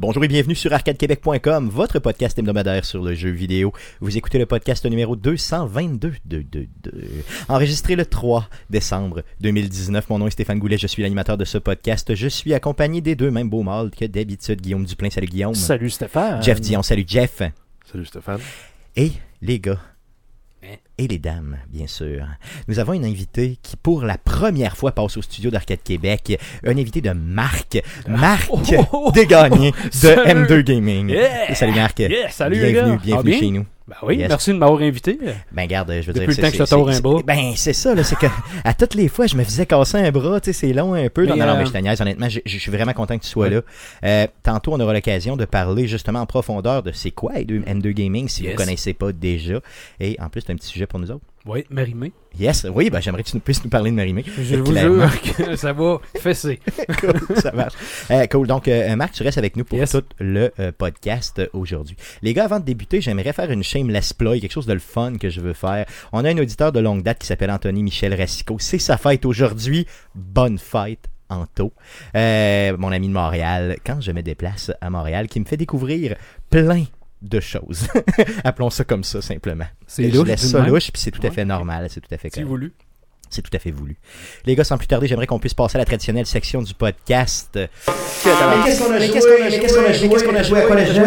Bonjour et bienvenue sur arcadequebec.com, votre podcast hebdomadaire sur le jeu vidéo. Vous écoutez le podcast numéro 222, enregistré le 3 décembre 2019. Mon nom est Stéphane Goulet, je suis l'animateur de ce podcast. Je suis accompagné des deux mêmes beaux mâles que d'habitude. Guillaume Duplain, salut Guillaume. Salut Stéphane. Jeff Dion, salut Jeff. Salut Stéphane. Et les gars, et les dames, bien sûr. Nous avons une invitée qui, pour la première fois, passe au studio d'Arcade Québec. Un invité de Marc. Marc Desgagnés de M2 Gaming. Yeah. Salut Marc. Yeah, salut bienvenue, les gars. bienvenue chez nous. Ben oui, Yes. merci de m'avoir invité. Ben garde, je veux Depuis dire... le temps que je te tords un bras. Ben c'est ça, là, c'est que à toutes les fois, je me faisais casser un bras, tu sais, c'est long un peu. Mais, Non, mais je te niaise, honnêtement, je suis vraiment content que tu sois là. Tantôt, on aura l'occasion de parler justement en profondeur de c'est quoi M2 Gaming, si vous ne connaissez pas déjà. Et en plus, c'est un petit sujet pour nous autres. Oui, Marimé. Yes, oui, ben j'aimerais que tu puisses nous parler de Marimé. Je vous jure que ça va fesser. Cool, ça marche. Cool, donc Marc, tu restes avec nous pour tout le podcast aujourd'hui. Les gars, avant de débuter, j'aimerais faire une shameless plug, quelque chose de le fun que je veux faire. On a un auditeur de longue date qui s'appelle Anthony Michel Racicot. C'est sa fête aujourd'hui. Bonne fête, Anto. Mon ami de Montréal, quand je me déplace à Montréal, qui me fait découvrir plein de choses. Appelons ça comme ça, simplement. C'est je louche, laisse ça louche, puis c'est tout à fait normal. C'est tout à fait C'est correct. voulu. C'est tout à fait voulu. Les gars, sans plus tarder, j'aimerais qu'on puisse passer à la traditionnelle section du podcast. Mais qu'est-ce qu'on a joué?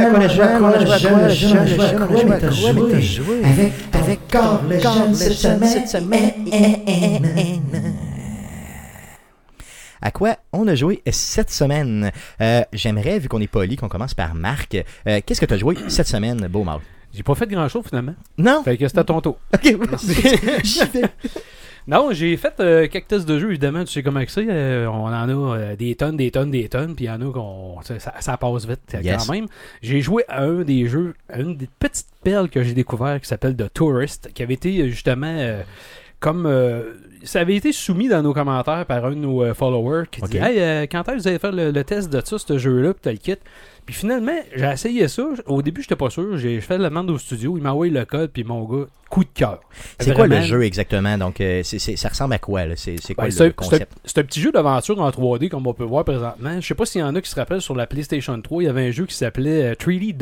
Avec Carl cette semaine. À quoi on a joué cette semaine? J'aimerais, vu qu'on est poli, qu'on commence par Marc. Qu'est-ce que tu as joué cette semaine, beau Marc? J'ai pas fait grand-chose finalement. Non? Fait que c'était à ton tour. Ok, j'y vais. Non, j'ai fait quelques tests de jeu, évidemment, tu sais comment que c'est. On en a des tonnes, puis il y en a qu'on... Ça passe vite quand même. J'ai joué à un des jeux, à une des petites perles que j'ai découvert qui s'appelle The Tourist, qui avait été justement comme... ça avait été soumis dans nos commentaires par un de nos followers qui dit « Hey, quand est-ce que vous allez faire le test de ça, ce jeu-là, puis t'as le kit? » Puis finalement, j'ai essayé ça. Au début, j'étais pas sûr. J'ai fait la demande au studio. Il m'a envoyé le code, puis mon gars, coup de cœur. C'est quoi le jeu exactement? Donc, ça ressemble à quoi? Là? C'est quoi le concept? C'est un petit jeu d'aventure en 3D, comme on peut voir présentement. Je sais pas s'il y en a qui se rappellent sur la PlayStation 3. Il y avait un jeu qui s'appelait 3D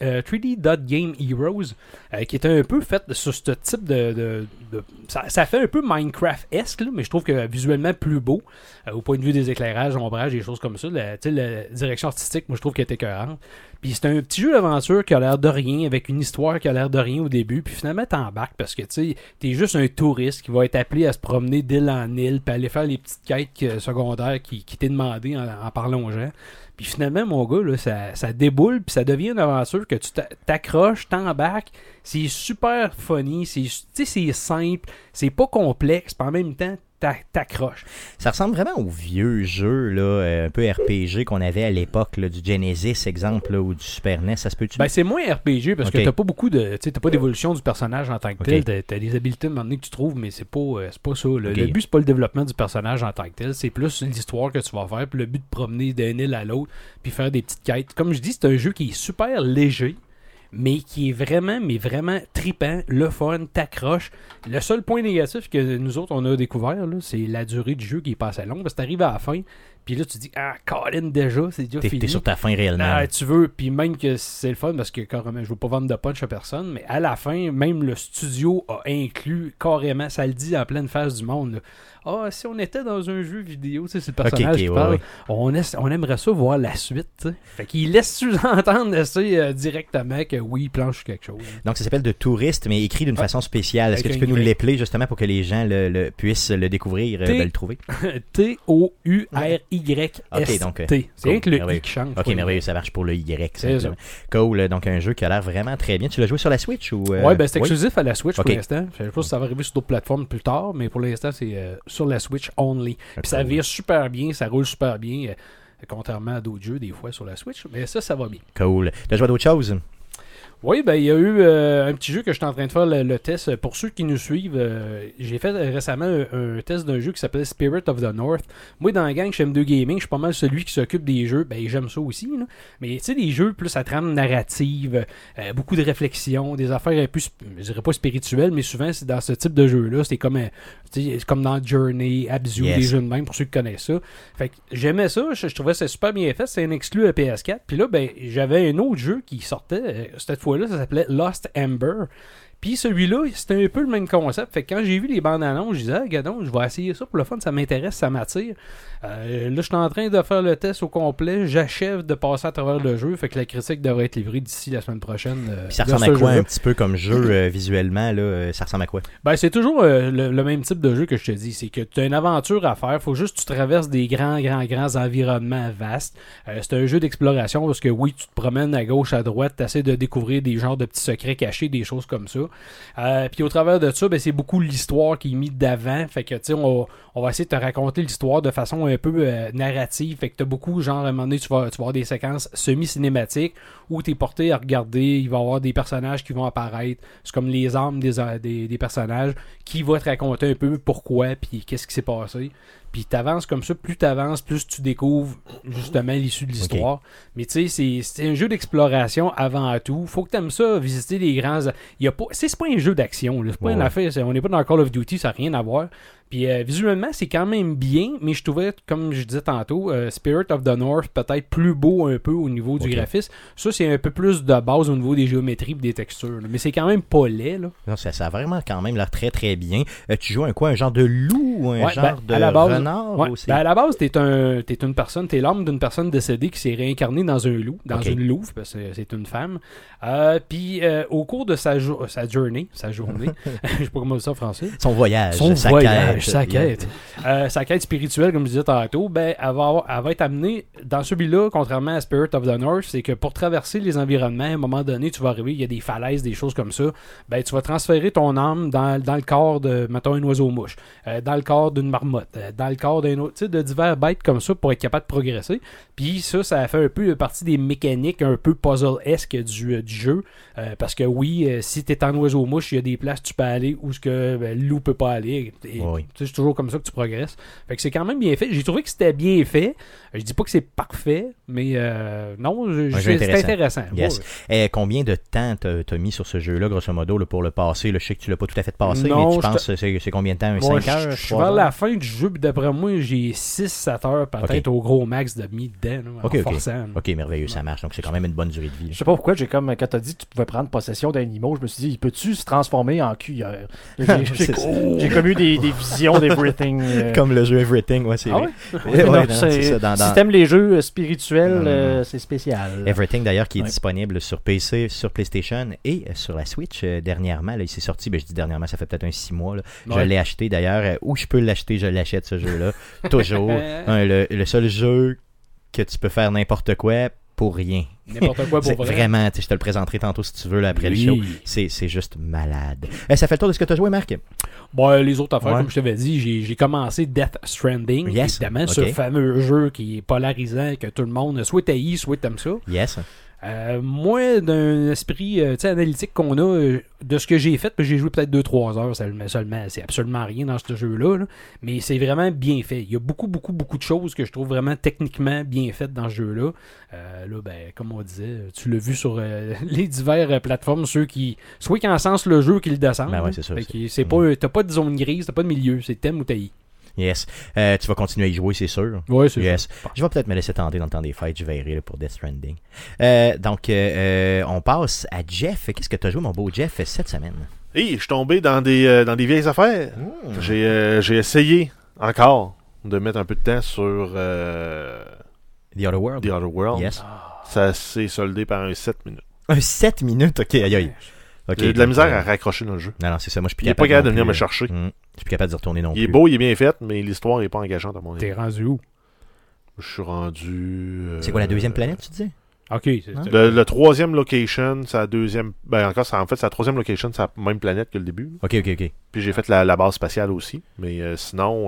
Game Heroes, qui était un peu fait sur ce type de ça fait un peu Minecraft-esque, là, mais je trouve que visuellement plus beau, au point de vue des éclairages, ombrages, des choses comme ça. La direction artistique, moi, je trouve qu'elle était cohérente. Puis c'est un petit jeu d'aventure qui a l'air de rien, avec une histoire qui a l'air de rien au début, puis finalement t'embarques parce que tu sais, t'es juste un touriste qui va être appelé à se promener d'île en île, puis aller faire les petites quêtes secondaires qui t'est demandé en parlongeant. Puis finalement, mon gars, là, ça déboule, puis ça devient une aventure que tu t'accroches, t'embarques. C'est super funny, c'est simple, c'est pas complexe, puis en même temps, t'accroches. Ça ressemble vraiment aux vieux jeux, là, un peu RPG qu'on avait à l'époque, là, du Genesis, exemple, là, ou du Super NES. Ça se peut-tu? Ben, c'est moins RPG parce que t'as pas beaucoup de. T'as pas d'évolution du personnage en tant que tel. T'as des habiletés de moment donné que tu trouves, mais c'est pas ça. Le but, c'est pas le développement du personnage en tant que tel. C'est plus l'histoire que tu vas faire, puis le but de promener d'une île à l'autre, puis faire des petites quêtes. Comme je dis, c'est un jeu qui est super léger, mais qui est vraiment trippant, le fun, t'accroche. Le seul point négatif que nous autres, on a découvert, là, c'est la durée du jeu qui est pas assez longue, parce que t'arrives à la fin, puis là, tu dis « Ah, Colin, déjà, c'est déjà fini. » T'es sur ta fin réellement. Ah, tu veux, puis même que c'est le fun, parce que carrément, je veux pas vendre de punch à personne, mais à la fin, même le studio a inclus carrément, ça le dit en pleine face du monde, là. Ah, si on était dans un jeu vidéo, c'est le personnage qui parle, on aimerait ça voir la suite, t'sais. Fait qu'il laisse sous-entendre directement que oui, il planche quelque chose. Donc, ça s'appelle The Tourist, mais écrit d'une façon spéciale. Est-ce que tu peux nous l'épeler justement pour que les gens puissent le découvrir, le trouver? T-O-U-R-Y-S-T. Ok, donc, c'est rien que le I qui change. Ok, merveilleux, ça marche pour le Y. C'est ça. Cool, donc un jeu qui a l'air vraiment très bien. Tu l'as joué sur la Switch ou Ouais, ben c'est exclusif à la Switch pour l'instant. Je sais pas si ça va arriver sur d'autres plateformes plus tard, mais pour l'instant, c'est sur la Switch only. Puis ça vire super bien, ça roule super bien, contrairement à d'autres jeux des fois sur la Switch, mais ça va bien. Cool. T'as joué à d'autres choses? Oui, ben il y a eu un petit jeu que je suis en train de faire le test. Pour ceux qui nous suivent, j'ai fait récemment un test d'un jeu qui s'appelait Spirit of the North. Moi, dans la gang chez M2 Gaming, je suis pas mal celui qui s'occupe des jeux. Ben j'aime ça aussi, là. Mais tu sais, des jeux plus à trame narrative, beaucoup de réflexion, des affaires un peu, je dirais pas spirituelles, mais souvent c'est dans ce type de jeu-là. C'est comme dans Journey, Abzu, des jeux de même, pour ceux qui connaissent ça. Fait que j'aimais ça, je trouvais ça super bien fait. C'est un exclu PS4. Puis là, ben j'avais un autre jeu qui sortait cette fois-là, ça s'appelait Lost Ember. Puis celui-là, c'était un peu le même concept. Fait que quand j'ai vu les bandes annonces, je disais, ah, gadon, je vais essayer ça pour le fun, ça m'intéresse, ça m'attire. Là, je suis en train de faire le test au complet. J'achève de passer à travers le jeu. Fait que la critique devrait être livrée d'ici la semaine prochaine. Puis ça ressemble à quoi un petit peu comme jeu visuellement là, ça ressemble à quoi? Ben, c'est toujours le même type de jeu que je te dis. C'est que tu as une aventure à faire. Faut juste que tu traverses des grands environnements vastes. C'est un jeu d'exploration parce que oui, tu te promènes à gauche, à droite, tu essaies de découvrir des genres de petits secrets cachés, des choses comme ça. Puis au travers de ça, ben, c'est beaucoup l'histoire qui est mise d'avant. Fait que, tu sais, on va essayer de te raconter l'histoire de façon un peu narrative. Fait que t'as beaucoup, genre, à un moment donné, tu vas avoir des séquences semi-cinématiques où t'es porté à regarder, il va y avoir des personnages qui vont apparaître. C'est comme les armes des personnages qui vont te raconter un peu pourquoi, puis qu'est-ce qui s'est passé. Puis t'avances comme ça, plus t'avances, plus tu découvres justement l'issue de l'histoire. Okay. Mais tu sais, c'est un jeu d'exploration avant tout. Faut que t'aimes ça, visiter les grands... C'est pas un jeu d'action, là. C'est pas une affaire. On n'est pas dans Call of Duty, ça n'a rien à voir. Puis visuellement, c'est quand même bien, mais je trouvais, comme je disais tantôt, Spirit of the North peut-être plus beau un peu au niveau du graphisme. Ça, c'est un peu plus de base au niveau des géométries et des textures. Là. Mais c'est quand même pas laid. Là. Non, ça a vraiment quand même l'air très très bien. Tu joues un genre de loup ou un genre de renard aussi? À la base, t'es une personne, t'es l'âme d'une personne décédée qui s'est réincarnée dans un loup, dans une louve, parce que c'est une femme. Puis au cours de sa journée, je sais pas comment dire ça en français. Son voyage, sa quête. Sa quête spirituelle, comme je disais tantôt, ben, elle va être amenée dans celui-là, contrairement à Spirit of the North, c'est que pour traverser les environnements, à un moment donné, tu vas arriver, il y a des falaises, des choses comme ça, ben, tu vas transférer ton âme dans le corps de, mettons, un oiseau-mouche, dans le corps d'une marmotte, dans le corps d'un autre, tu sais, de divers bêtes comme ça pour être capable de progresser. Puis ça fait un peu partie des mécaniques un peu puzzle-esque du jeu, parce que oui, si t'es en oiseau-mouche, il y a des places où tu peux aller où le loup peut pas aller. C'est toujours comme ça que tu progresses. Fait que c'est quand même bien fait. J'ai trouvé que c'était bien fait. Je dis pas que c'est parfait, mais non, c'est intéressant. Yes. Combien de temps t'as mis sur ce jeu-là, grosso modo, là, pour le passer? Là, je sais que tu l'as pas tout à fait passé, non, mais tu penses c'est combien de temps? 5 heures? Je suis vers la fin du jeu, puis d'après moi, j'ai 6-7 heures peut-être au gros max de mis dedans. Ok, merveilleux, ça marche. Donc c'est quand même une bonne durée de vie. Je sais pas pourquoi, quand t'as dit que tu pouvais prendre possession d'animaux, je me suis dit, peux-tu se transformer en cuillère? J'ai comme eu des visions d'Everything. Comme le jeu Everything, ouais, c'est vrai. C'est ça. Si t'aimes les jeux spirituels, c'est spécial. Everything, d'ailleurs, qui est disponible sur PC, sur PlayStation et sur la Switch dernièrement. Là, il s'est sorti, je dis dernièrement, ça fait peut-être 6 mois. Là. Je l'ai acheté, d'ailleurs. Où je peux l'acheter, je l'achète, ce jeu-là. Toujours. Le seul jeu que tu peux faire n'importe quoi pour rien. N'importe quoi pour vrai. Vraiment, je te le présenterai tantôt si tu veux là, après le show. C'est juste malade. Ça fait le tour de ce que tu as joué, Marc? Bon, les autres affaires, comme je t'avais dit, j'ai commencé Death Stranding, évidemment, ce fameux jeu qui est polarisant, que tout le monde soit haït, soit t'aimes ça. Yes. Moi, d'un esprit analytique qu'on a, de ce que j'ai fait, j'ai joué peut-être 2-3 heures seulement, c'est absolument rien dans ce jeu-là, là, mais c'est vraiment bien fait. Il y a beaucoup de choses que je trouve vraiment techniquement bien faites dans ce jeu-là. Là, ben, comme on disait, tu l'as vu sur les diverses plateformes, ceux qui soit qui encensent le jeu, qui le descendent. Ben ouais, c'est ça. T'as pas de zone grise, t'as pas de milieu, c'est thème ou taillis. Yes. Tu vas continuer à y jouer, c'est sûr. Oui, c'est sûr. Je vais peut-être me laisser tenter dans le temps des fêtes. Je verrai là, pour Death Stranding. Donc, on passe à Jeff. Qu'est-ce que tu as joué, mon beau Jeff, cette semaine? Je suis tombé dans des vieilles affaires. J'ai essayé encore de mettre un peu de temps sur The Other World. The Other World. Yes. Ça s'est soldé par un 7 minutes. Un 7 minutes? OK, aïe. Okay, j'ai de la misère à raccrocher dans le jeu. Non, c'est ça. Moi, je suis il n'est pas capable de venir me chercher. Je suis plus capable d'y retourner non plus. Il est beau, il est bien fait, mais l'histoire n'est pas engageante à mon avis. T'es rendu où? Je suis rendu... c'est quoi la deuxième planète, tu disais? OK. Le troisième location, c'est la deuxième... Ben encore, c'est la troisième location, c'est la même planète que le début. OK. Puis j'ai fait la base spatiale aussi. Mais sinon,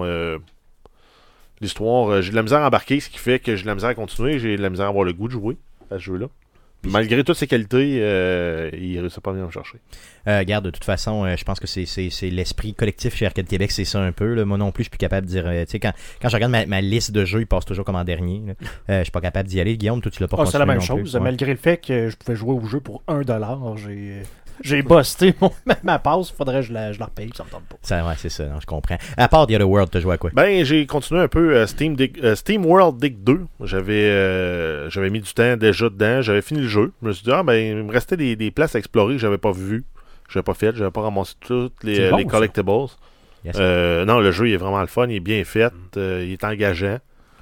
l'histoire, j'ai de la misère à embarquer, ce qui fait que j'ai de la misère à continuer. J'ai de la misère à avoir le goût de jouer à ce jeu-là. Malgré toutes ses qualités, il réussit pas à venir me chercher. Regarde, de toute façon, je pense que c'est l'esprit collectif chez Arcade Québec, c'est ça un peu. Là. Moi non plus, je suis plus capable de dire. Tu sais, quand je regarde ma liste de jeux, il passe toujours comme en dernier. Je suis pas capable d'y aller. Guillaume, toi, tu l'as pas C'est la même non chose. plus. Malgré le fait que je pouvais jouer au jeu pour $1, j'ai busté ma passe. Faudrait que je la repaye, ça me tente pas. Ouais, c'est ça, non, je comprends. À part The Other World, t'as joué à quoi? Ben, j'ai continué un peu Steam World Dig 2. J'avais mis du temps déjà dedans. J'avais fini le jeu. Je me suis dit, il me restait des places à explorer que j'avais pas vues. J'avais pas ramassé toutes les collectibles. Yes. Non, le jeu il est vraiment le fun, il est bien fait, il est engageant.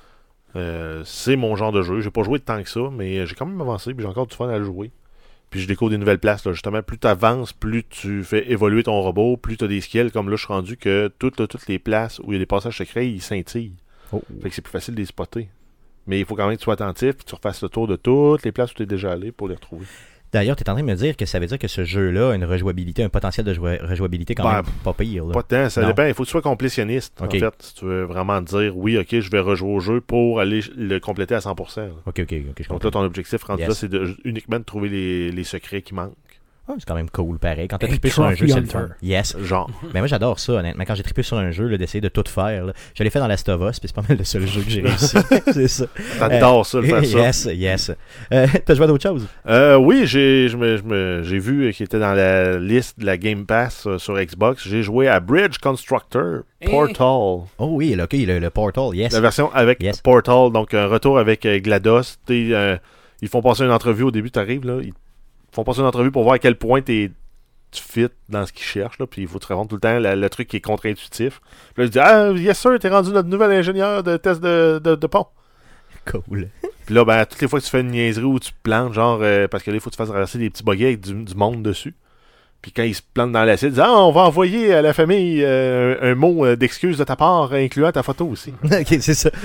C'est mon genre de jeu. J'ai pas joué de tant que ça, mais j'ai quand même avancé, puis j'ai encore du fun à le jouer. Puis je découvre des nouvelles places. Là. Justement, plus tu avances, plus tu fais évoluer ton robot, plus tu as des skills. Comme là, je suis rendu que toutes les places où il y a des passages secrets, ils scintillent. Fait que c'est plus facile de les spotter. Mais il faut quand même que tu sois attentif, puis tu refasses le tour de toutes les places où tu es déjà allé pour les retrouver. D'ailleurs, tu es en train de me dire que ça veut dire que ce jeu-là a une rejouabilité, un potentiel de rejouabilité quand même pas pire. Là. Pas tant, ça dépend. Il faut que tu sois complétionniste, en fait. Si tu veux vraiment dire, oui, ok, je vais rejouer au jeu pour aller le compléter à 100%. Là. Ok, je comprends. Donc là, ton objectif rendu là, c'est uniquement de trouver les secrets qui manquent. C'est quand même cool, pareil. Quand t'as trippé sur un jeu, c'est le fun. Yes. Genre. Mais moi, j'adore ça, honnêtement. Quand j'ai trippé sur un jeu, là, d'essayer de tout faire. Là. Je l'ai fait dans Last of Us, puis c'est pas mal le seul jeu que j'ai réussi. C'est ça. T'adores ça, le faire ça. Yes. T'as joué à d'autres choses? Oui, j'ai vu qu'il était dans la liste de la Game Pass sur Xbox. J'ai joué à Bridge Constructor Portal. Oh oui, OK, le Portal, yes. La version avec Portal, donc un retour avec GLaDOS. Ils font passer une entrevue au début, t'arrives là, ils font passer une entrevue pour voir à quel point tu fit dans ce qu'ils cherchent, là, puis il faut te répondre tout le temps le truc qui est contre-intuitif. Puis là, je dis, yes sir, t'es rendu notre nouvel ingénieur de test de pont. Cool. Puis là, toutes les fois que tu fais une niaiserie où tu te plantes, genre, parce que là, il faut que tu fasses traverser des petits buggers avec du monde dessus. Puis quand ils se plantent dans l'acide, ils disent, on va envoyer à la famille un mot d'excuse de ta part, incluant ta photo aussi. OK, c'est ça.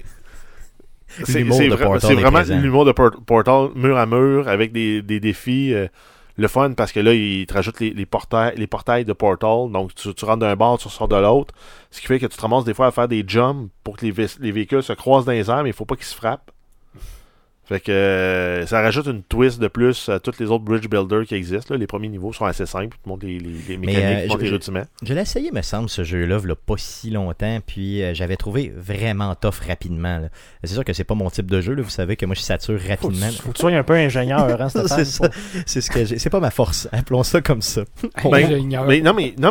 C'est vraiment l'humour de Portal mur à mur avec des défis le fun parce que là ils te rajoutent les portails de Portal, donc tu rentres d'un bord, tu ressors de l'autre, ce qui fait que tu te ramasses des fois à faire des jumps pour que les véhicules se croisent dans les airs, mais il faut pas qu'ils se frappent. Fait que ça rajoute une twist de plus à tous les autres bridge builders qui existent. Là. Les premiers niveaux sont assez simples, tu montres les mécaniques, tu montres les rudiments. Je l'ai essayé, me semble, ce jeu-là, il pas si longtemps, puis j'avais trouvé vraiment tough rapidement. Là. C'est sûr que c'est pas mon type de jeu, là. Vous savez que moi je sature rapidement. Faut que tu sois un peu ingénieur, hein, c'est ça. C'est ce que c'est pas ma force, appelons ça comme ça. Mais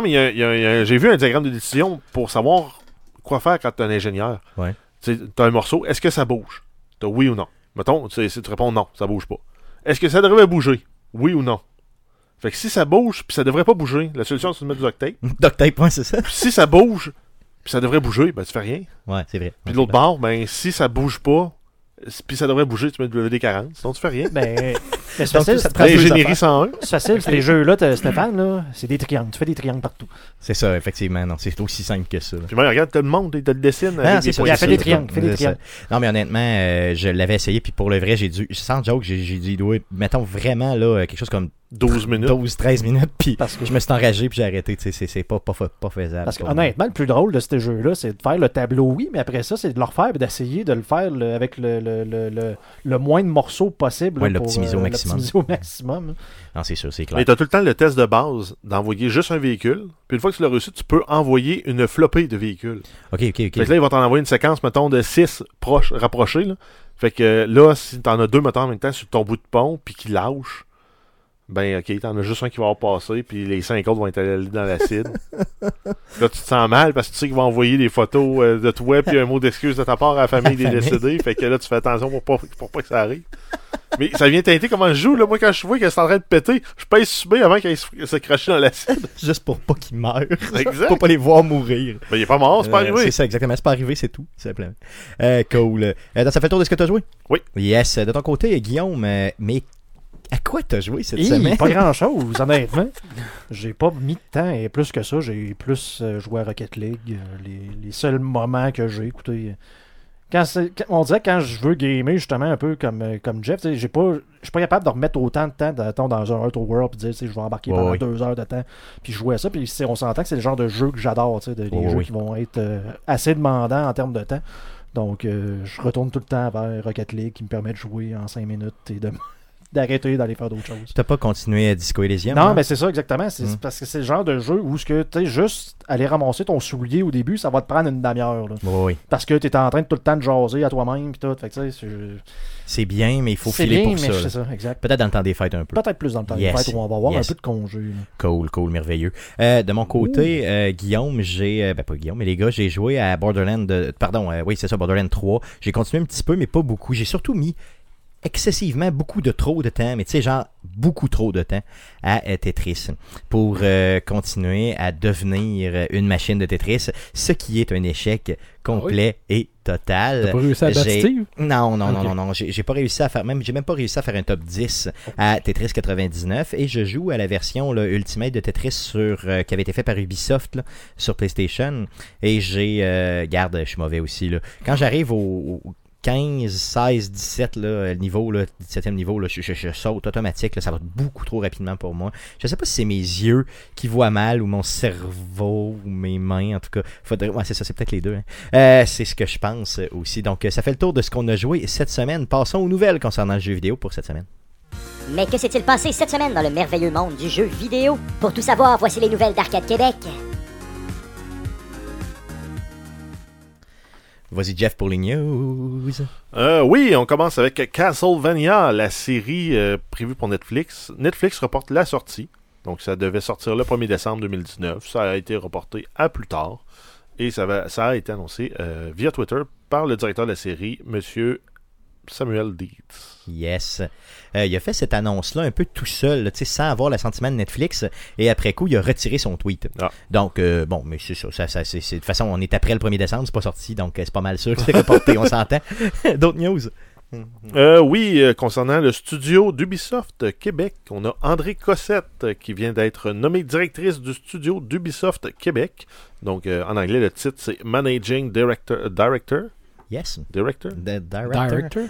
j'ai vu un diagramme de décision pour savoir quoi faire quand tu es un ingénieur. Ouais. Tu as un morceau, est-ce que ça bouge? Tu as oui ou non? Mettons, tu réponds non, ça bouge pas. Est-ce que ça devrait bouger? Oui ou non? Fait que si ça bouge, puis ça devrait pas bouger, la solution c'est de mettre du duct tape. Duct tape, ouais, c'est ça. Puis si ça bouge, puis ça devrait bouger, ben tu fais rien. Ouais, c'est vrai. Puis de l'autre bord, ben si ça bouge pas, puis ça devrait bouger, tu mets WD-40, sinon tu fais rien. Mais c'est facile. L'ingénierie 101. C'est facile, ces jeux-là, Stéphane, là, c'est des triangles. Tu fais des triangles partout. C'est ça, effectivement. Non, c'est aussi simple que ça. Là. Puis moi, regarde, tout le monde, il te le dessine. C'est ça, il a fait des triangles. Non, mais honnêtement, je l'avais essayé, puis pour le vrai, sans joke, j'ai dit, mettons vraiment là, quelque chose comme 12-13 minutes, puis je me suis enragé, puis j'ai arrêté. C'est pas faisable. Parce qu'honnêtement, le plus drôle de ce jeu-là, c'est de faire le tableau, oui, mais après ça, c'est de le refaire et d'essayer de le faire avec le moins de morceaux possible. Ouais, l'optimiser au maximum. Non, c'est sûr, c'est clair. Mais tu as tout le temps le test de base d'envoyer juste un véhicule, puis une fois que tu l'as reçu, tu peux envoyer une flopée de véhicules. OK. Fait que là, ils vont t'en envoyer une séquence, mettons, de 6 rapprochés. Là. Fait que là, si t'en as 2, mettons, en même temps, sur ton bout de pont, puis qu'ils lâchent, ben ok, t'en as juste un qui va avoir passé, puis les 5 autres vont être allés dans l'acide. Là, tu te sens mal parce que tu sais qu'ils vont envoyer des photos de toi, puis un mot d'excuse de ta part à la famille des décédés. Fait que là, tu fais attention pour pas que ça arrive. Mais ça vient teinter comment je joue. Là. Moi, quand je vois que c'est en train de péter, je pèse sur B avant qu'il se crache dans l'acide. Juste pour pas qu'ils meurent. Exact. Pour pas les voir mourir. Ben, il est pas mort, c'est pas arrivé. C'est ça, exactement. C'est pas arrivé, c'est tout. Simplement. Cool. Ça fait le tour de ce que t'as joué? Oui. Yes. De ton côté, Guillaume, mais à quoi t'as joué cette semaine? Pas grand-chose, honnêtement. J'ai pas mis de temps et plus que ça, j'ai plus joué à Rocket League. Les seuls moments que j'ai, écoutez... on dirait que quand je veux gamer, justement, un peu comme Jeff, je suis pas capable de remettre autant de temps dans un Auto World et dire je vais embarquer pendant 2 heures de temps puis jouer à ça. Puis on s'entend que c'est le genre de jeu que j'adore, des jeux qui vont être assez demandants en termes de temps. Donc, je retourne tout le temps vers Rocket League qui me permet de jouer en 5 minutes et de d'arrêter d'aller faire d'autres choses. T'as pas continué à Disco Elysium? Non, hein? mais c'est ça exactement. C'est parce que c'est le genre de jeu où tu sais, juste aller ramasser ton soulier au début, ça va te prendre une demi-heure. Là. Oui. Parce que t'es en train de tout le temps de jaser à toi-même pis tout. Fait que, tu sais, C'est bien, mais il faut c'est filer bien, pour mais ça. c'est ça, exact. Peut-être dans le temps des fêtes un peu. Peut-être plus dans le temps Yes. des fêtes où on va avoir Yes. un peu de congé. Là. Cool, merveilleux. De mon côté, Guillaume, j'ai... pas Guillaume, mais les gars, j'ai joué à Borderlands... oui, c'est ça, Borderlands 3. J'ai continué un petit peu, mais pas beaucoup. J'ai surtout mis excessivement beaucoup de trop de temps, mais tu sais, genre beaucoup trop de temps à Tetris pour continuer à devenir une machine de Tetris, ce qui est un échec complet et total. T'as pas réussi à battre Steve? Non, j'ai pas réussi à faire, j'ai même pas réussi à faire un top 10 à Tetris 99 et je joue à la version là, Ultimate de Tetris qui avait été fait par Ubisoft là, sur PlayStation et je suis mauvais aussi là. Quand j'arrive au 15, 16, 17 là, niveau, là, 17e niveau, là, je saute automatique, là, ça va beaucoup trop rapidement pour moi. Je sais pas si c'est mes yeux qui voient mal ou mon cerveau ou mes mains, en tout cas. Ouais, c'est ça, c'est peut-être les deux. Hein. C'est ce que je pense aussi. Donc, ça fait le tour de ce qu'on a joué cette semaine. Passons aux nouvelles concernant le jeu vidéo pour cette semaine. Mais que s'est-il passé cette semaine dans le merveilleux monde du jeu vidéo? Pour tout savoir, voici les nouvelles d'Arcade Québec. Vas-y, Jeff, pour les news. Oui, on commence avec Castlevania, la série prévue pour Netflix. Netflix reporte la sortie. Donc, ça devait sortir le 1er décembre 2019. Ça a été reporté à plus tard. Et ça a été annoncé via Twitter par le directeur de la série, M. Samuel Dietz. Yes. Il a fait cette annonce-là un peu tout seul, là, sans avoir l'assentiment de Netflix. Et après coup, il a retiré son tweet. Ah. Donc, bon, mais c'est ça. De toute façon, on est après le 1er décembre, c'est pas sorti. Donc, c'est pas mal sûr que c'est reporté, on s'entend. D'autres news? Oui, concernant le studio d'Ubisoft Québec, on a André Cossette qui vient d'être nommée directrice du studio d'Ubisoft Québec. Donc, en anglais, le titre, c'est Managing Director. Yes. Director? Director.